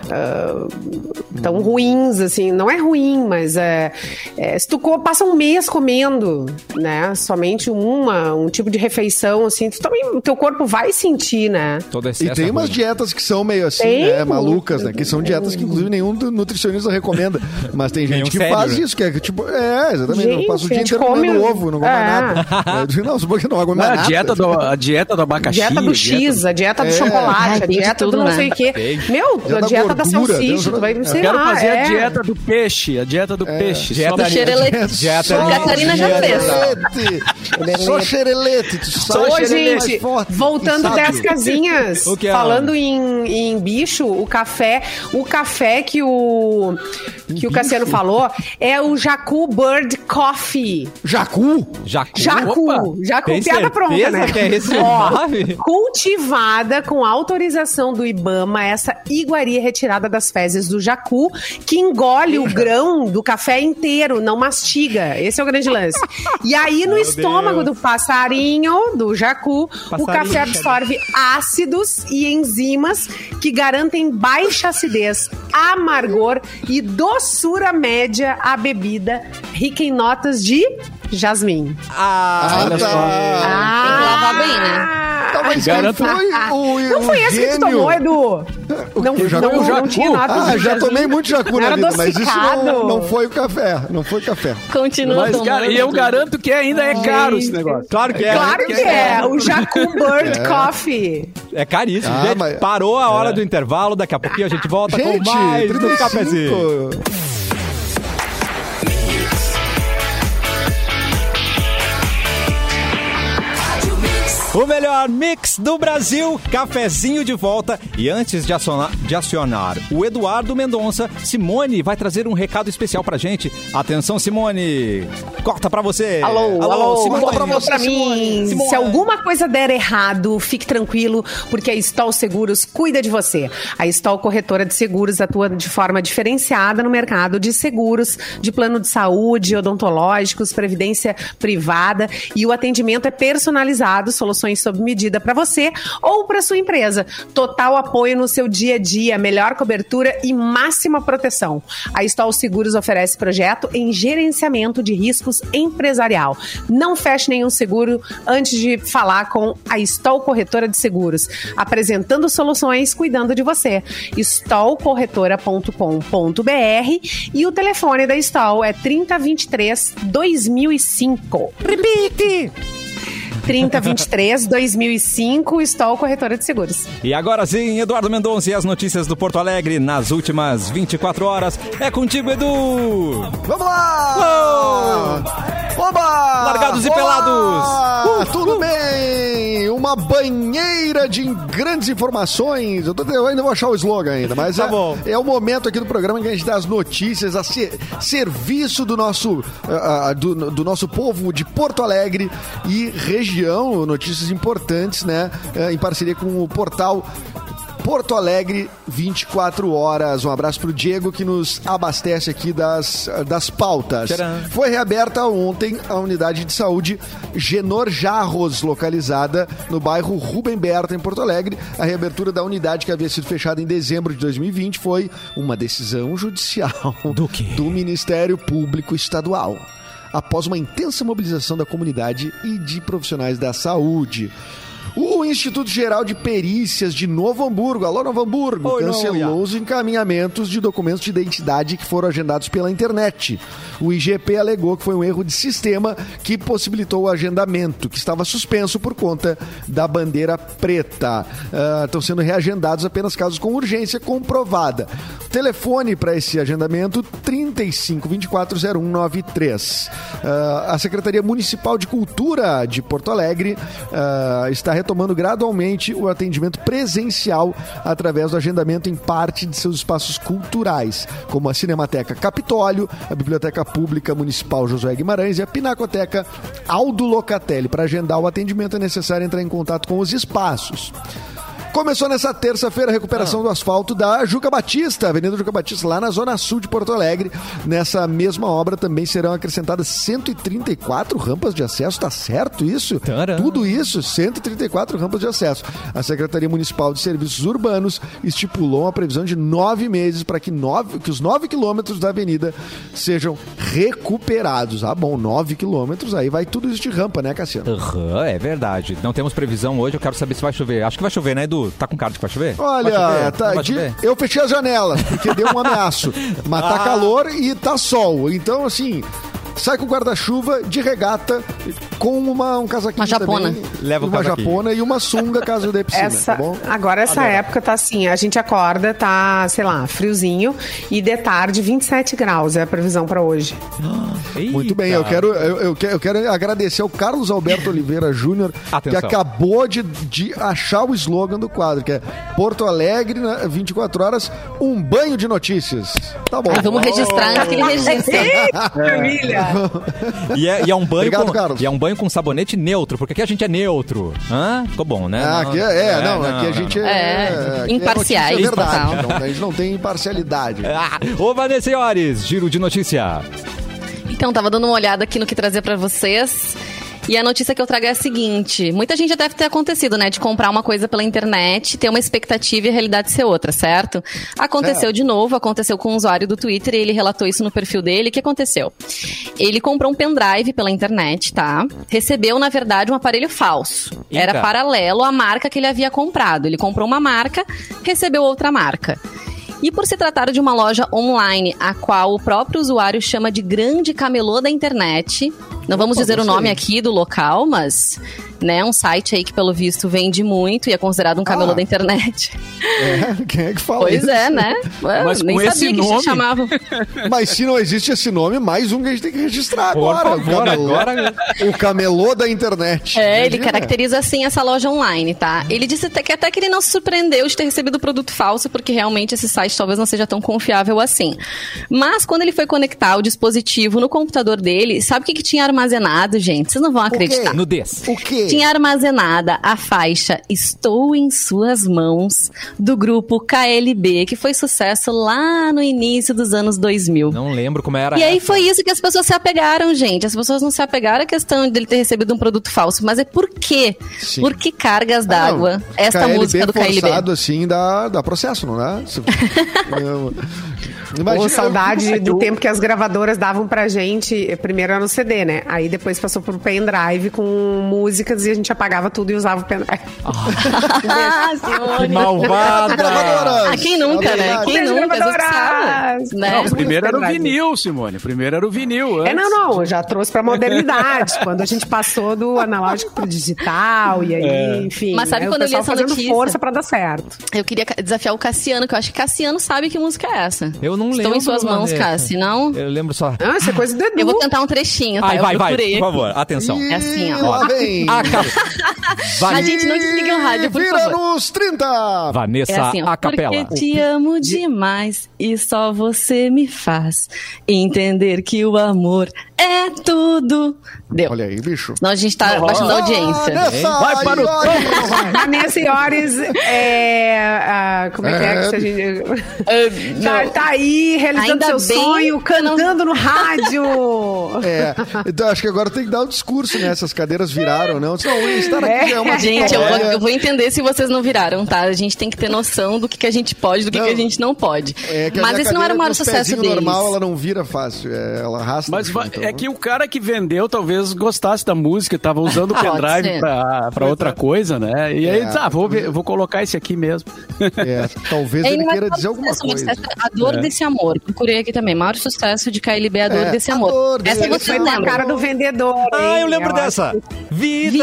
tão ruins, assim. Não é ruim, mas se tu passa um mês comendo, né, somente um tipo de refeição, assim, o teu corpo vai sentir, né? Todo excesso. E tem umas dietas que são meio assim, malucas, né? Que são dietas que inclusive nenhum nutricionista recomenda. Mas tem gente que faz isso, que é tipo, exatamente, gente, não passa o dia inteiro comendo ovo, não come nada. Não, porque não come nada. A dieta do abacaxi. A dieta do X, a dieta do chocolate, a dieta do não sei o quê. Meu, a dieta da salsicha, tu vai, sei lá. Eu quero fazer a dieta do peixe, Dieta do xerelete. A Catarina já fez. Só xerelete. Ô, gente, voltando 10 casinhas, falando em bicho, o café que o Cassiano falou é o Jacu Bird Coffee. Jacu, piada pronta, né? Que é esse nome? Cultivada com autorização do Ibama, essa iguaria retirada das fezes do jacu, que engole o grão do café inteiro, não mastiga. Esse é o grande lance. E aí, no estômago do passarinho, do jacu, o café absorve ácidos e enzimas que garantem baixa acidez, amargor e doçura média à bebida, rica em notas de jasmim. Olha só. Tem que lavar bem, né? Mas não foi esse que tu tomou, Edu? Não tinha nada de já tomei muito jacu na vida, mas isso não foi o café. Não foi café. Continua tomando. Cara, e eu garanto que ainda é caro esse negócio. Claro que é. Claro que é. O Jacu Bird Coffee. É caríssimo. Gente, parou a hora do intervalo. Daqui a pouquinho a gente volta com mais do cafezinho. O melhor mix do Brasil, cafezinho de volta. E antes de acionar o Eduardo Mendonça, Simone vai trazer um recado especial pra gente. Atenção, Simone. Corta pra você. Alô, Simone. Corta pra mim. Simone. Se alguma coisa der errado, fique tranquilo, porque a Stol Seguros cuida de você. A Stol Corretora de Seguros atua de forma diferenciada no mercado de seguros, de plano de saúde, odontológicos, previdência privada, e o atendimento é personalizado, soluções sob medida para você ou para sua empresa. Total apoio no seu dia a dia, melhor cobertura e máxima proteção. A Stol Seguros oferece projeto em gerenciamento de riscos empresarial. Não feche nenhum seguro antes de falar com a Stol Corretora de Seguros, apresentando soluções, cuidando de você. stolcorretora.com.br e o telefone da Stol é 3023-2005. Repite! 3023-2005, Stol Corretora de Seguros. E agora sim, Eduardo Mendonça e as notícias do Porto Alegre nas últimas 24 horas. É contigo, Edu! Vamos lá! Oba! Largados e pelados! Tudo bem! Uma banheira de grandes informações. Eu ainda vou achar o slogan ainda, mas tá bom. É o momento aqui do programa em que a gente dá as notícias a serviço do nosso povo de Porto Alegre e região, notícias importantes, né? Em parceria com o portal Porto Alegre, 24 horas. Um abraço pro Diego, que nos abastece aqui das pautas. Tcharam. Foi reaberta ontem a unidade de saúde Genor Jarros, localizada no bairro Rubem Berta, em Porto Alegre. A reabertura da unidade, que havia sido fechada em dezembro de 2020, foi uma decisão judicial do Ministério Público Estadual, após uma intensa mobilização da comunidade e de profissionais da saúde. O Instituto Geral de Perícias de Novo Hamburgo, alô Novo Hamburgo, cancelou os encaminhamentos de documentos de identidade que foram agendados pela internet. O IGP alegou que foi um erro de sistema que possibilitou o agendamento, que estava suspenso por conta da bandeira preta. Estão sendo reagendados apenas casos com urgência comprovada. Telefone para esse agendamento, 35240193. A Secretaria Municipal de Cultura de Porto Alegre está retomando gradualmente o atendimento presencial através do agendamento em parte de seus espaços culturais, como a Cinemateca Capitólio, a Biblioteca Pública Municipal Josué Guimarães e a Pinacoteca Aldo Locatelli. Para agendar o atendimento é necessário entrar em contato com os espaços. Começou nessa terça-feira a recuperação do asfalto da Juca Batista, Avenida Juca Batista, lá na Zona Sul de Porto Alegre. Nessa mesma obra também serão acrescentadas 134 rampas de acesso. Tá certo isso? Tcharam. Tudo isso, 134 rampas de acesso. A Secretaria Municipal de Serviços Urbanos estipulou uma previsão de 9 meses para que os 9 quilômetros da avenida sejam recuperados. Ah, bom, 9 quilômetros, aí vai tudo isso de rampa, né, Cassiano? É verdade. Não temos previsão hoje, eu quero saber se vai chover. Acho que vai chover, né, Edu? Tá com cara de que vai chover? Olha, vai chover? eu fechei as janelas, porque deu um ameaço. Mas tá calor e tá sol. Então, assim, sai com guarda-chuva de regata com um casaquinho uma japona. também. Leva o uma casaquinho. Japona e uma sunga caso dê piscina, tá bom? Agora essa época tá assim, a gente acorda, tá, sei lá, friozinho e de tarde 27 graus é a previsão pra hoje. Muito bem, eu quero agradecer ao Carlos Alberto Oliveira Júnior, que acabou de achar o slogan do quadro, que é Porto Alegre, 24 horas, um banho de notícias. Tá bom. Vamos registrar antes que ele registre. Família! E é um banho. Obrigado, Carlos. E é um banho com sabonete neutro, porque aqui a gente é neutro. Ficou bom, né? Aqui aqui a gente é imparciais, é verdade. total. A gente não tem imparcialidade. Ô, Vanessa Senhores, giro de notícia. Então, tava dando uma olhada aqui no que trazer pra vocês. E a notícia que eu trago é a seguinte. Muita gente já deve ter acontecido, né? De comprar uma coisa pela internet, ter uma expectativa e a realidade ser outra, certo? Aconteceu de novo, aconteceu com um usuário do Twitter e ele relatou isso no perfil dele. O que aconteceu? Ele comprou um pendrive pela internet, tá? Recebeu, na verdade, um aparelho falso. Era paralelo à marca que ele havia comprado. Ele comprou uma marca, recebeu outra marca. E por se tratar de uma loja online, a qual o próprio usuário chama de grande camelô da internet, não vamos dizer o nome aqui do local, mas né, um site aí que pelo visto vende muito e é considerado um camelô da internet. Quem é que fala pois isso? Pois é, né? Mas nem com sabia esse que nome... se chamava. Mas se não existe esse nome, mais um que a gente tem que registrar Por agora. favor, agora. O camelô da internet. Ele Imagina. caracteriza assim essa loja online, tá? Ele disse até que ele não se surpreendeu de ter recebido produto falso, porque realmente esse site talvez não seja tão confiável assim. Mas quando ele foi conectar o dispositivo no computador dele, sabe o que tinha armazenado, gente? Vocês não vão acreditar. Nudez. O quê? Tinha armazenada a faixa Estou em Suas Mãos, do grupo KLB, que foi sucesso lá no início dos anos 2000. Não lembro como era. E aí foi isso que as pessoas se apegaram, gente. As pessoas não se apegaram à questão dele ter recebido um produto falso, mas é por quê? Sim. Por que cargas d'água? Esta KLB música do KLB. forçado assim dá processo, não dá? Imagina, saudade do tempo que as gravadoras davam pra gente. Primeiro era no CD, né? Aí depois passou pro pendrive com músicas e a gente apagava tudo e usava o pendrive. Que malvada! Gravadoras! Quem nunca, né? Quem nunca? Gravadoras! Né? Não, primeiro era o vinil, Simone. Primeiro era o vinil. Antes. Não. Já trouxe pra modernidade. Quando a gente passou do analógico pro digital e aí, enfim. Mas sabe né, quando o eu li pessoal essa fazendo notícia? força pra dar certo. Eu queria desafiar o Cassiano, que eu acho que Cassiano sabe que música é essa. Eu não lembro. Estou em suas mãos, Cassi, não? Eu lembro só. Isso é coisa do Edu. Eu vou tentar um trechinho, tá? Vai, por favor, atenção. É assim, ó. Lá vem. A gente não desliga o rádio, por Vira favor. nos 30! Vanessa É assim, ó. a capela. Porque te amo demais e só você me faz entender que o amor é tudo. Deu. Olha aí, bicho. Senão a gente tá baixando a audiência. Vai para o Nancy Iores, como é que a gente... tá aí, realizando Ainda seu bem sonho, cantando no rádio. Então acho que agora tem que dar um discurso, né? Essas cadeiras viraram, não? Não, estar aqui é uma Gente, vitória. eu vou entender se vocês não viraram, tá? A gente tem que ter noção do que a gente pode, do que a gente não pode. Que Mas esse não era o maior sucesso deles. normal, ela não vira fácil. Ela arrasta. Mas chão, então. é que o cara que vendeu talvez gostasse da música, tava usando o pendrive pra outra coisa, né? E aí, vou colocar esse aqui mesmo. Talvez ele queira dizer alguma coisa. A Dor Desse Amor. Procurei aqui também. Maior sucesso de KLB, A Dor Desse Amor. Essa você foi na cara do vendedor. Eu lembro dessa. Vida.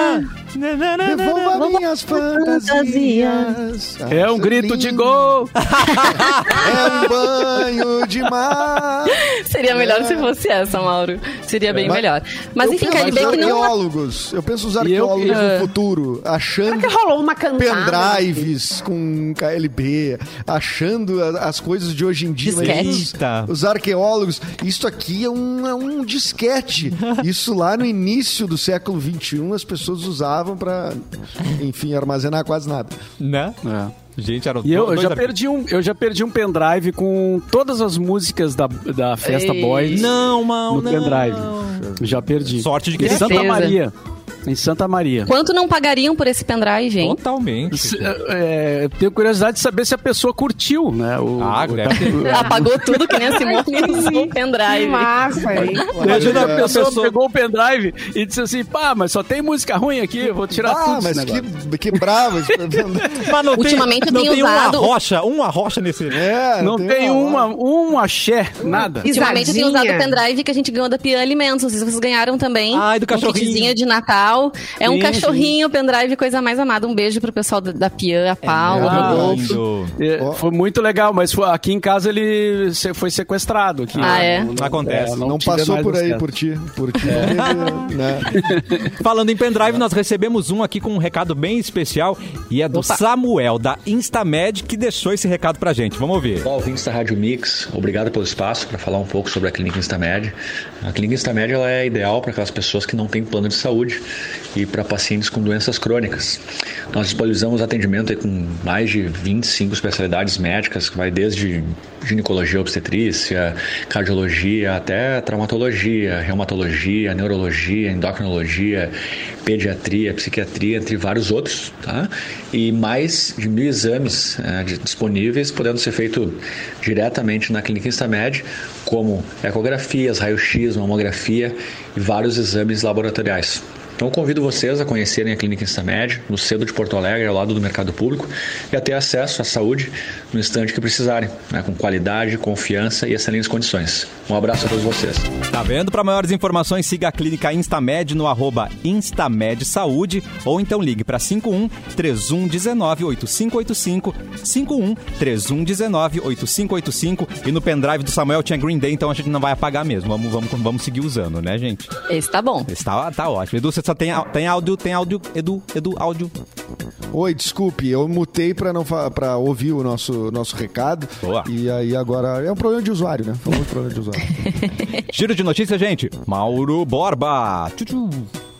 Devolva minhas fantasias. É um grito de gol. É um banho de mar. Seria melhor se fosse essa, Mauro. Seria bem melhor. Mas enfim, KLB que não... Eu penso os arqueólogos no futuro, achando Será que rolou uma cantada? pendrives com KLB, achando as coisas de hoje em dia. Os arqueólogos, isso aqui é um disquete. Isso lá no início do século XXI as pessoas usavam para, enfim, armazenar quase nada. Né? Gente, era E eu já perdi um pendrive com todas as músicas da Festa Boys. No pendrive. Já perdi. Sorte de que em Santa Maria. Em Santa Maria. Quanto não pagariam por esse pendrive, hein? Totalmente. Tenho curiosidade de saber se a pessoa curtiu, né? Apagou tudo que nem a Simone usou o pendrive. Que massa, hein? Imagina, a pessoa pegou o pendrive e disse assim, mas só tem música ruim aqui, eu vou tirar tudo. Mas que bravo. Mas não ultimamente tem, não tem tem usado... uma rocha nesse... não tem um axé, nada. Ultimamente eu tenho usado o pendrive que a gente ganhou da Pian Alimentos. Não sei se vocês ganharam também. Do cachorrinho. Um kitzinho de Natal. É um cachorrinho, pendrive, coisa mais amada. Um beijo pro pessoal da Pian, a Paula, o Rodolfo. Foi muito legal, mas aqui em casa ele foi sequestrado. Aqui, Acontece. Não passou por aí, por ti. Né? Falando em pendrive, nós recebemos um aqui com um recado bem especial e é do Samuel, da Instamed, que deixou esse recado pra gente. Vamos ouvir. Olá, ouvintes da Rádio Mix. Obrigado pelo espaço para falar um pouco sobre a Clínica Instamed. A Clínica Instamed ela é ideal para aquelas pessoas que não têm plano de saúde e para pacientes com doenças crônicas. Nós disponibilizamos atendimento aí com mais de 25 especialidades médicas, que vai desde ginecologia, obstetrícia, cardiologia, até traumatologia, reumatologia, neurologia, endocrinologia, pediatria, psiquiatria, entre vários outros, tá? E mais de 1.000 exames disponíveis, podendo ser feito diretamente na Clínica Instamed, como ecografias, raio-x, mamografia e vários exames laboratoriais. Então eu convido vocês a conhecerem a Clínica Instamed, no centro de Porto Alegre, ao lado do Mercado Público, e a ter acesso à saúde no instante que precisarem, com qualidade, confiança e excelentes condições. Um abraço a todos vocês. Tá vendo? Para maiores informações, siga a Clínica Instamed no @Instamed Saúde ou então ligue para 51 3119 8585, 51 3119 8585, e no pendrive do Samuel tinha Green Day, então a gente não vai apagar mesmo. Vamos seguir usando, né, gente? Esse tá bom. Esse tá ótimo. Edu, você só tem áudio, Edu, áudio. Oi, desculpe, eu mutei pra ouvir o nosso recado. Boa. E aí agora é um problema de usuário, né? Foi um problema de usuário. Giro de notícias, gente. Mauro Borba. Tchutchu.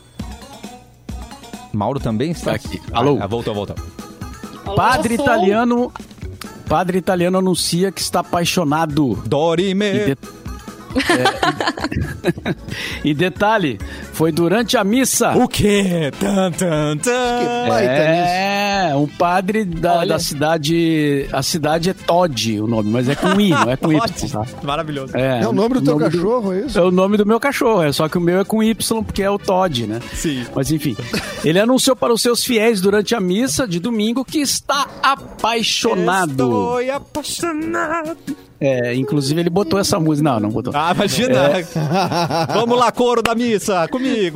Mauro também está aqui. Alô. Voltou. Padre italiano anuncia que está apaixonado. Dorime. E detalhe, foi durante a missa. O quê? Um padre da cidade. A cidade é Todd, o nome, mas é com I, não é com Y. Tá? Maravilhoso. É o nome do teu cachorro, é isso? É o nome do meu cachorro, só que o meu é com Y, porque é o Todd, né? Sim. Mas enfim, ele anunciou para os seus fiéis durante a missa de domingo que está apaixonado. Estou apaixonado. Inclusive ele botou essa música. Não botou. Imagina. Vamos lá, coro da missa, comigo.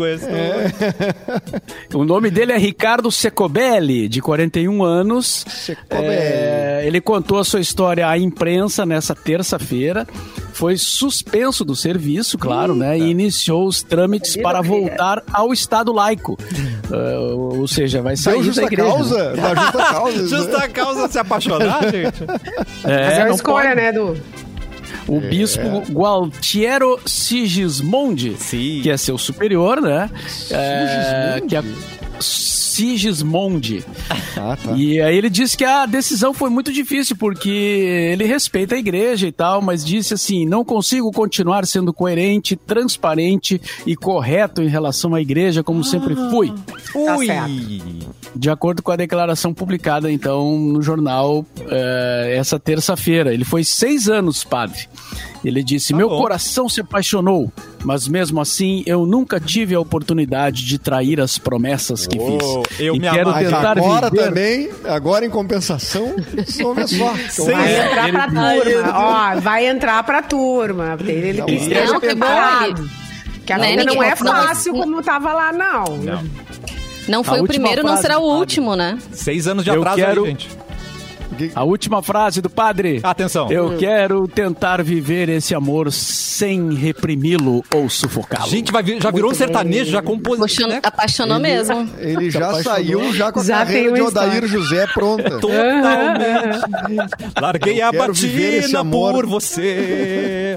O nome dele é Ricardo Secobelli, de 41 anos. Ele contou a sua história à imprensa nessa terça-feira. Foi suspenso do serviço, claro, né? E iniciou os trâmites para voltar ao estado laico. Ou seja, vai sair da igreja. Causa? Da justa causa? Justa causa se apaixonar, gente? Mas é uma escolha, né, Edu? O bispo Gualtiero Sigismondi, que é seu superior, né? Que é Sigismondi. Tá. E aí ele disse que a decisão foi muito difícil, porque ele respeita a igreja e tal, mas disse assim, não consigo continuar sendo coerente, transparente e correto em relação à igreja, como sempre fui. Ui! De acordo com a declaração publicada, então, no jornal, essa terça-feira. Ele foi 6 anos padre. Ele disse, meu coração se apaixonou, mas mesmo assim eu nunca tive a oportunidade de trair as promessas que fiz. Eu e me quero amarro. tentar Agora viver... também, agora em compensação, olha só. Vai entrar pra turma. Ó, vai entrar pra turma. Ele que esteja Não, preparado. Que a vida não é fácil não. como tava lá, não. Não foi o primeiro, não será o último, né? 6 anos de atraso aí, gente. A última frase do padre. Atenção. Eu quero tentar viver esse amor sem reprimi-lo ou sufocá-lo. Gente, já virou um sertanejo, já compôs. Apaixonou mesmo. Ele já saiu já com a Já carreira tem de uma Odair José pronta. Totalmente. Larguei a quero viver esse batina amor. por você.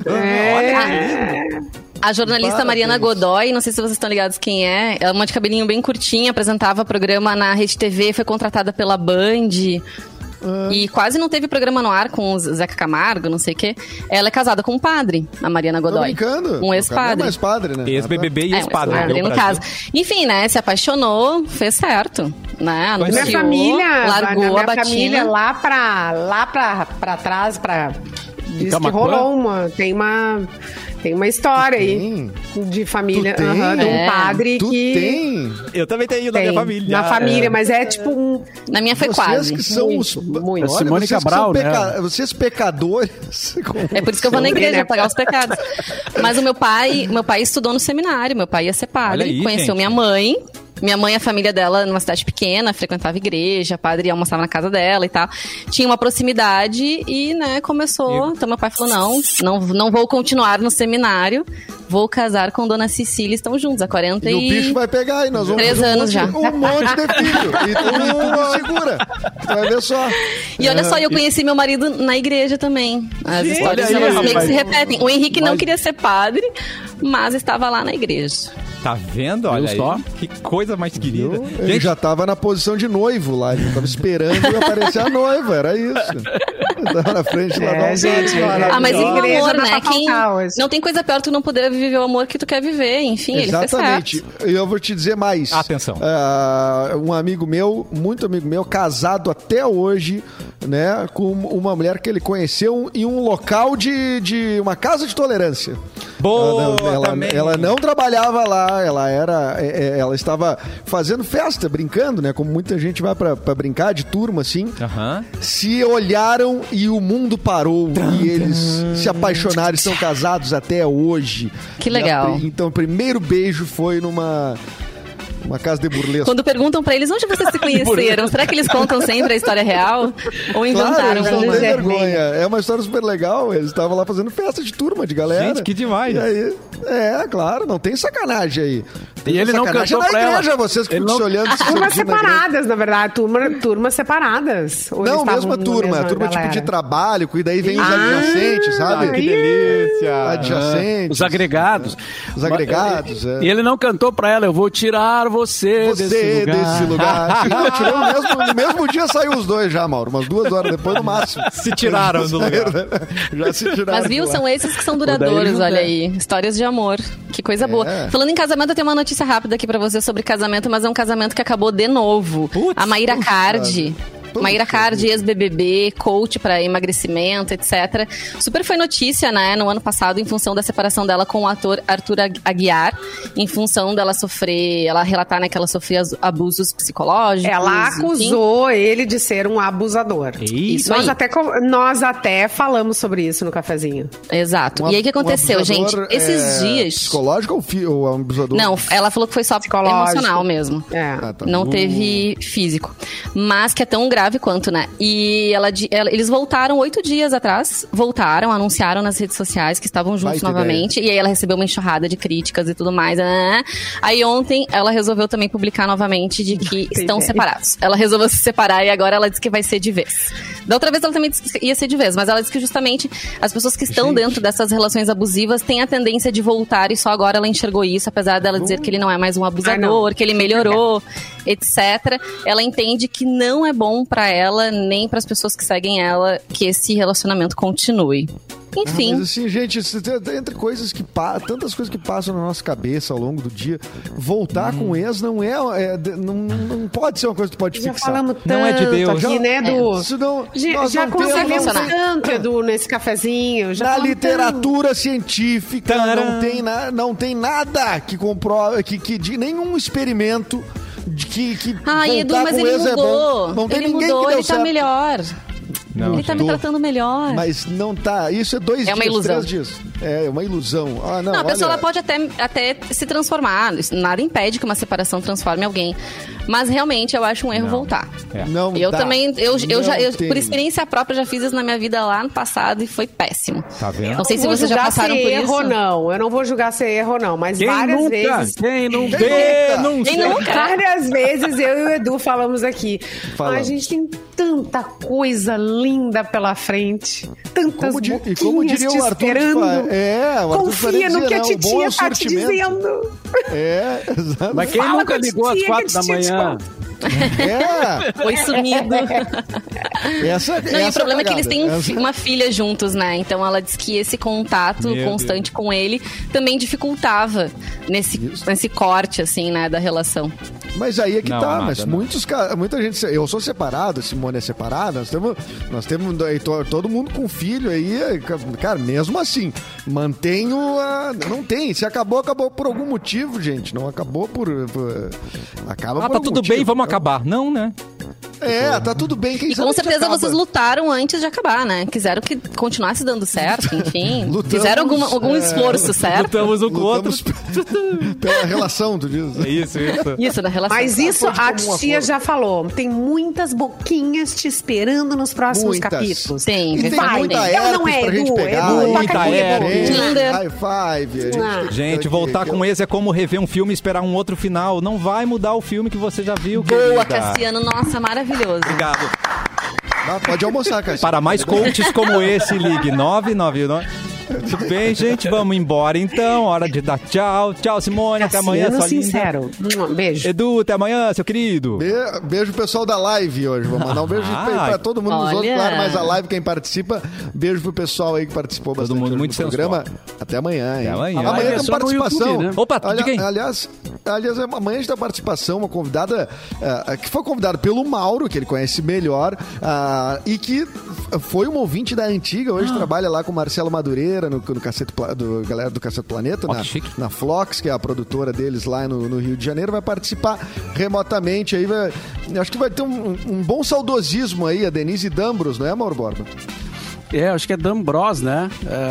A jornalista Mariana Godoy, não sei se vocês estão ligados quem é, ela é uma de cabelinho bem curtinho, apresentava programa na Rede TV, foi contratada pela Band. E quase não teve programa no ar com o Zeca Camargo, não sei o quê. Ela é casada com um padre, a Mariana Tô Godoy. brincando. Um ex-padre. Não é mais padre, né? Ex-BBB e ex-padre. Padre, no caso. Enfim, né, se apaixonou, fez certo, né, anunciou, Minha família, largou minha a batina. família lá pra trás, diz que Camaquã? rolou tem uma história aí de família, Tu tem? de um padre Tu que... tem? Eu também tenho na minha família. Na família, mas é tipo um... Na minha foi Vocês quase. que são Muito, os... muito. Olha, Simone vocês que Cabral, são né? Vocês pecadores. É por isso que eu vou na igreja, pagar os pecados. Mas o meu pai estudou no seminário, meu pai ia ser padre, Olha aí, conheceu gente. minha mãe. Minha mãe, a família dela, numa cidade pequena, frequentava igreja, o padre almoçava na casa dela e tal. Tinha uma proximidade e, né, começou. Então meu pai falou, não vou continuar no seminário, vou casar com Dona Cecília, estão juntos há 40 E o bicho vai pegar e nós vamos 3 fazer anos já. um monte de filho. E tu me segura. Tu vai ver só. E olha só, eu conheci meu marido na igreja também. As histórias olha aí, elas meio que rapaz. se repetem. O Henrique não queria ser padre, mas estava lá na igreja. Tá vendo? Olha aí. só? Que coisa mais querida. Ele Gente, já tava na posição de noivo lá. Ele já tava esperando aparecer a noiva. Era isso. Ele tava na frente lá. É, gente, Ah, mas e o Igreja amor, dá né? pra faltar hoje. Não tem coisa pior que tu não poder viver o amor que tu quer viver. Enfim, ele fez Exatamente. certo. E eu vou te dizer mais. Atenção. Um amigo meu, muito amigo meu, casado até hoje, né, com uma mulher que ele conheceu em um local de uma casa de tolerância. boa também. Ela não trabalhava lá, ela estava fazendo festa, brincando, né? Como muita gente vai pra brincar de turma, assim. Aham. Se olharam e o mundo parou. E eles se apaixonaram, estão casados até hoje. Que legal. Então, o primeiro beijo foi numa casa de burlesco. Quando perguntam pra eles onde vocês se conheceram, será que eles contam sempre a história real? Ou inventaram? Claro, não uma? tem vergonha. É uma história super legal. Eles estavam lá fazendo festa de turma, de galera. Gente, que demais. E aí, claro, não tem sacanagem aí. Tem E ele não sacanagem cantou na pra igreja, ela. vocês que Ele ficam não- se olhando. se Turmas sorrindo na igreja. separadas, na verdade. Turmas separadas. Ou eles Não, estavam mesma na turma. mesma Turma tipo galera? de trabalho, e daí vem os adjacentes, sabe? Que delícia. Adjacentes. Os agregados. Os agregados, E ele não cantou pra ela, eu vou tirar você desse lugar. Tirou no mesmo dia saiu os dois já, Mauro. Umas 2 horas depois, no máximo. Se tiraram do lugar. Já se tiraram. Mas viu, de lá. são esses que são duradouros, José. olha aí. Histórias de amor. Que coisa boa. Falando em casamento, eu tenho uma notícia rápida aqui pra você sobre casamento, mas é um casamento que acabou de novo. A Mayra Cardi. Maíra Cardi, ex-BBB, coach para emagrecimento, etc. Super foi notícia, né, no ano passado, em função da separação dela com o ator Arthur Aguiar, em função dela relatar, né, que ela sofria abusos psicológicos. Ela enfim. acusou ele de ser um abusador. Isso nós, aí. nós até falamos sobre isso no cafezinho. Exato. E aí o que aconteceu, gente? Esses dias... Psicológico ou abusador? Não, ela falou que foi só Psicológico. emocional mesmo. É. Ah, tá. Não teve físico. Mas que é tão grave grave quanto, né? E eles voltaram 8 dias atrás, anunciaram nas redes sociais que estavam juntos novamente, e aí ela recebeu uma enxurrada de críticas e tudo mais. Aí ontem ela resolveu também publicar novamente de que estão separados. Ela resolveu se separar e agora ela disse que vai ser de vez. Da outra vez ela também disse que ia ser de vez, mas ela disse que justamente as pessoas que estão dentro dessas relações abusivas têm a tendência de voltar, e só agora ela enxergou isso, apesar dela dizer que ele não é mais um abusador, que ele melhorou, etc. Ela entende que não é bom pra ela, nem pras pessoas que seguem ela, que esse relacionamento continue. Enfim. Mas assim, gente, entre coisas que tantas coisas que passam na nossa cabeça ao longo do dia, voltar com o ex não não pode ser uma coisa que tu pode fixar. Já falamos tanto não é de Deus. aqui, né, Edu? Já aconselhamos tanto, Edu, nesse cafezinho. Na literatura científica não tem nada que comprova, que de nenhum experimento que Edu, mas ele mudou. Não tem ele ninguém mudou, que deu ele tá certo. melhor. Não, ele tá me tratando melhor. Mas não tá. Isso é 2 dias, uma ilusão. 3 dias. É uma ilusão. Não, a pessoa ela pode até se transformar. Nada impede que uma separação transforme alguém. Mas realmente eu acho um erro voltar. Não eu dá. também, Não tem. por experiência própria, já fiz isso na minha vida lá no passado e foi péssimo. Tá vendo? Não sei se vocês já passaram por isso. Eu não vou julgar se é erro ou não, mas várias vezes. Quem nunca? Várias vezes eu e o Edu falamos aqui. A gente tem tanta coisa linda pela frente. Tantas boquinhas como diria te o Arthur, esperando. o Arthur Confia no que a titia tá te dizendo. Exato. Mas quem Fala nunca com a ligou às titia 4 que da a titia te manhã? Foi sumido. Essa o problema é que eles têm essa... uma filha juntos, né? Então ela diz que esse contato constante com ele também dificultava nesse corte, assim, né, da relação. Mas aí é que Não, mas muita gente... Eu sou separado, a Simone é separada, nós temos todo mundo com filho aí, cara, mesmo assim, mantenho não tem, se acabou por algum motivo, gente, não acabou acaba por tá algum tudo motivo. bem, vamos acabar. Não, né? Tá tudo bem. Quem E sabe com certeza acaba. vocês lutaram antes de acabar, né? Quiseram que continuasse dando certo, enfim. Lutamos, Fizeram algum esforço, certo? Lutamos um com o outro. Pela relação, tu diz. Isso. Isso, na relação. Mas isso a como tia uma já falou. Tem muitas boquinhas te esperando nos próximos Muitas. capítulos. Tem, E tem vai. muita Ela não herpes é pra gente Edu, pegar. Edu, Muita toca aqui, herpes. Edu. Tinder. High five. Gente, voltar com ex é como rever um filme e esperar um outro final. Não vai mudar o filme que você já viu, Boa, querida. Cassiano. Nossa, maravilhoso. Obrigado. Pode almoçar, Cassiano. Para mais coaches como esse, ligue 999. Tudo bem, gente? Vamos embora então. Hora de dar tchau. Tchau, Simone. Até amanhã, sua sincero. Beijo. Edu, até amanhã, seu querido. Beijo pro pessoal da live hoje. Vou mandar um beijo pra todo mundo dos outros, claro, mas a live, quem participa, beijo pro pessoal aí que participou Todo bastante mundo hoje muito no programa. Até amanhã, hein? Até amanhã. Amanhã tem participação. YouTube, né? Opa, de quem? Aliás, amanhã a gente tem participação, uma convidada que foi convidada pelo Mauro, que ele conhece melhor, e que foi uma ouvinte da antiga, hoje trabalha lá com o Marcelo Madureira, no Cacete galera do Cacete Planeta, na Flox, que é a produtora deles lá no Rio de Janeiro, vai participar remotamente. Aí acho que vai ter um bom saudosismo aí, a Denise Dambros, não é, Mauro Borba? Acho que é Dambros, né?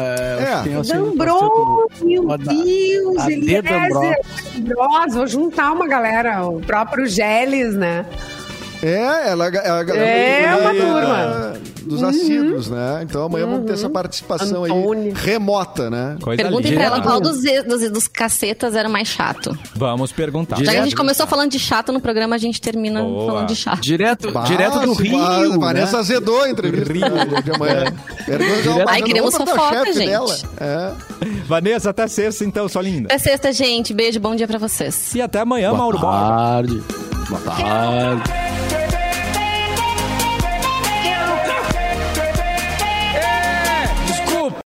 Dambros, meu Deus, ele é Dambros. Vou juntar uma galera, o próprio Geles, né? Ela uma turma dos assíduos, né? Então amanhã vamos ter essa participação Antônio. aí remota, né? Perguntem pra ela qual dos cacetas era o mais chato. Vamos perguntar. Já que a gente começou falando de chato no programa, a gente termina falando de chato. Direto do Rio. Vanessa azedou a entrevista de amanhã. Ai, queremos fofoca, gente. Dela. Vanessa, até sexta então, sua linda. Até sexta, gente. Beijo, bom dia pra vocês. E até amanhã, Mauro Borba. Boa tarde.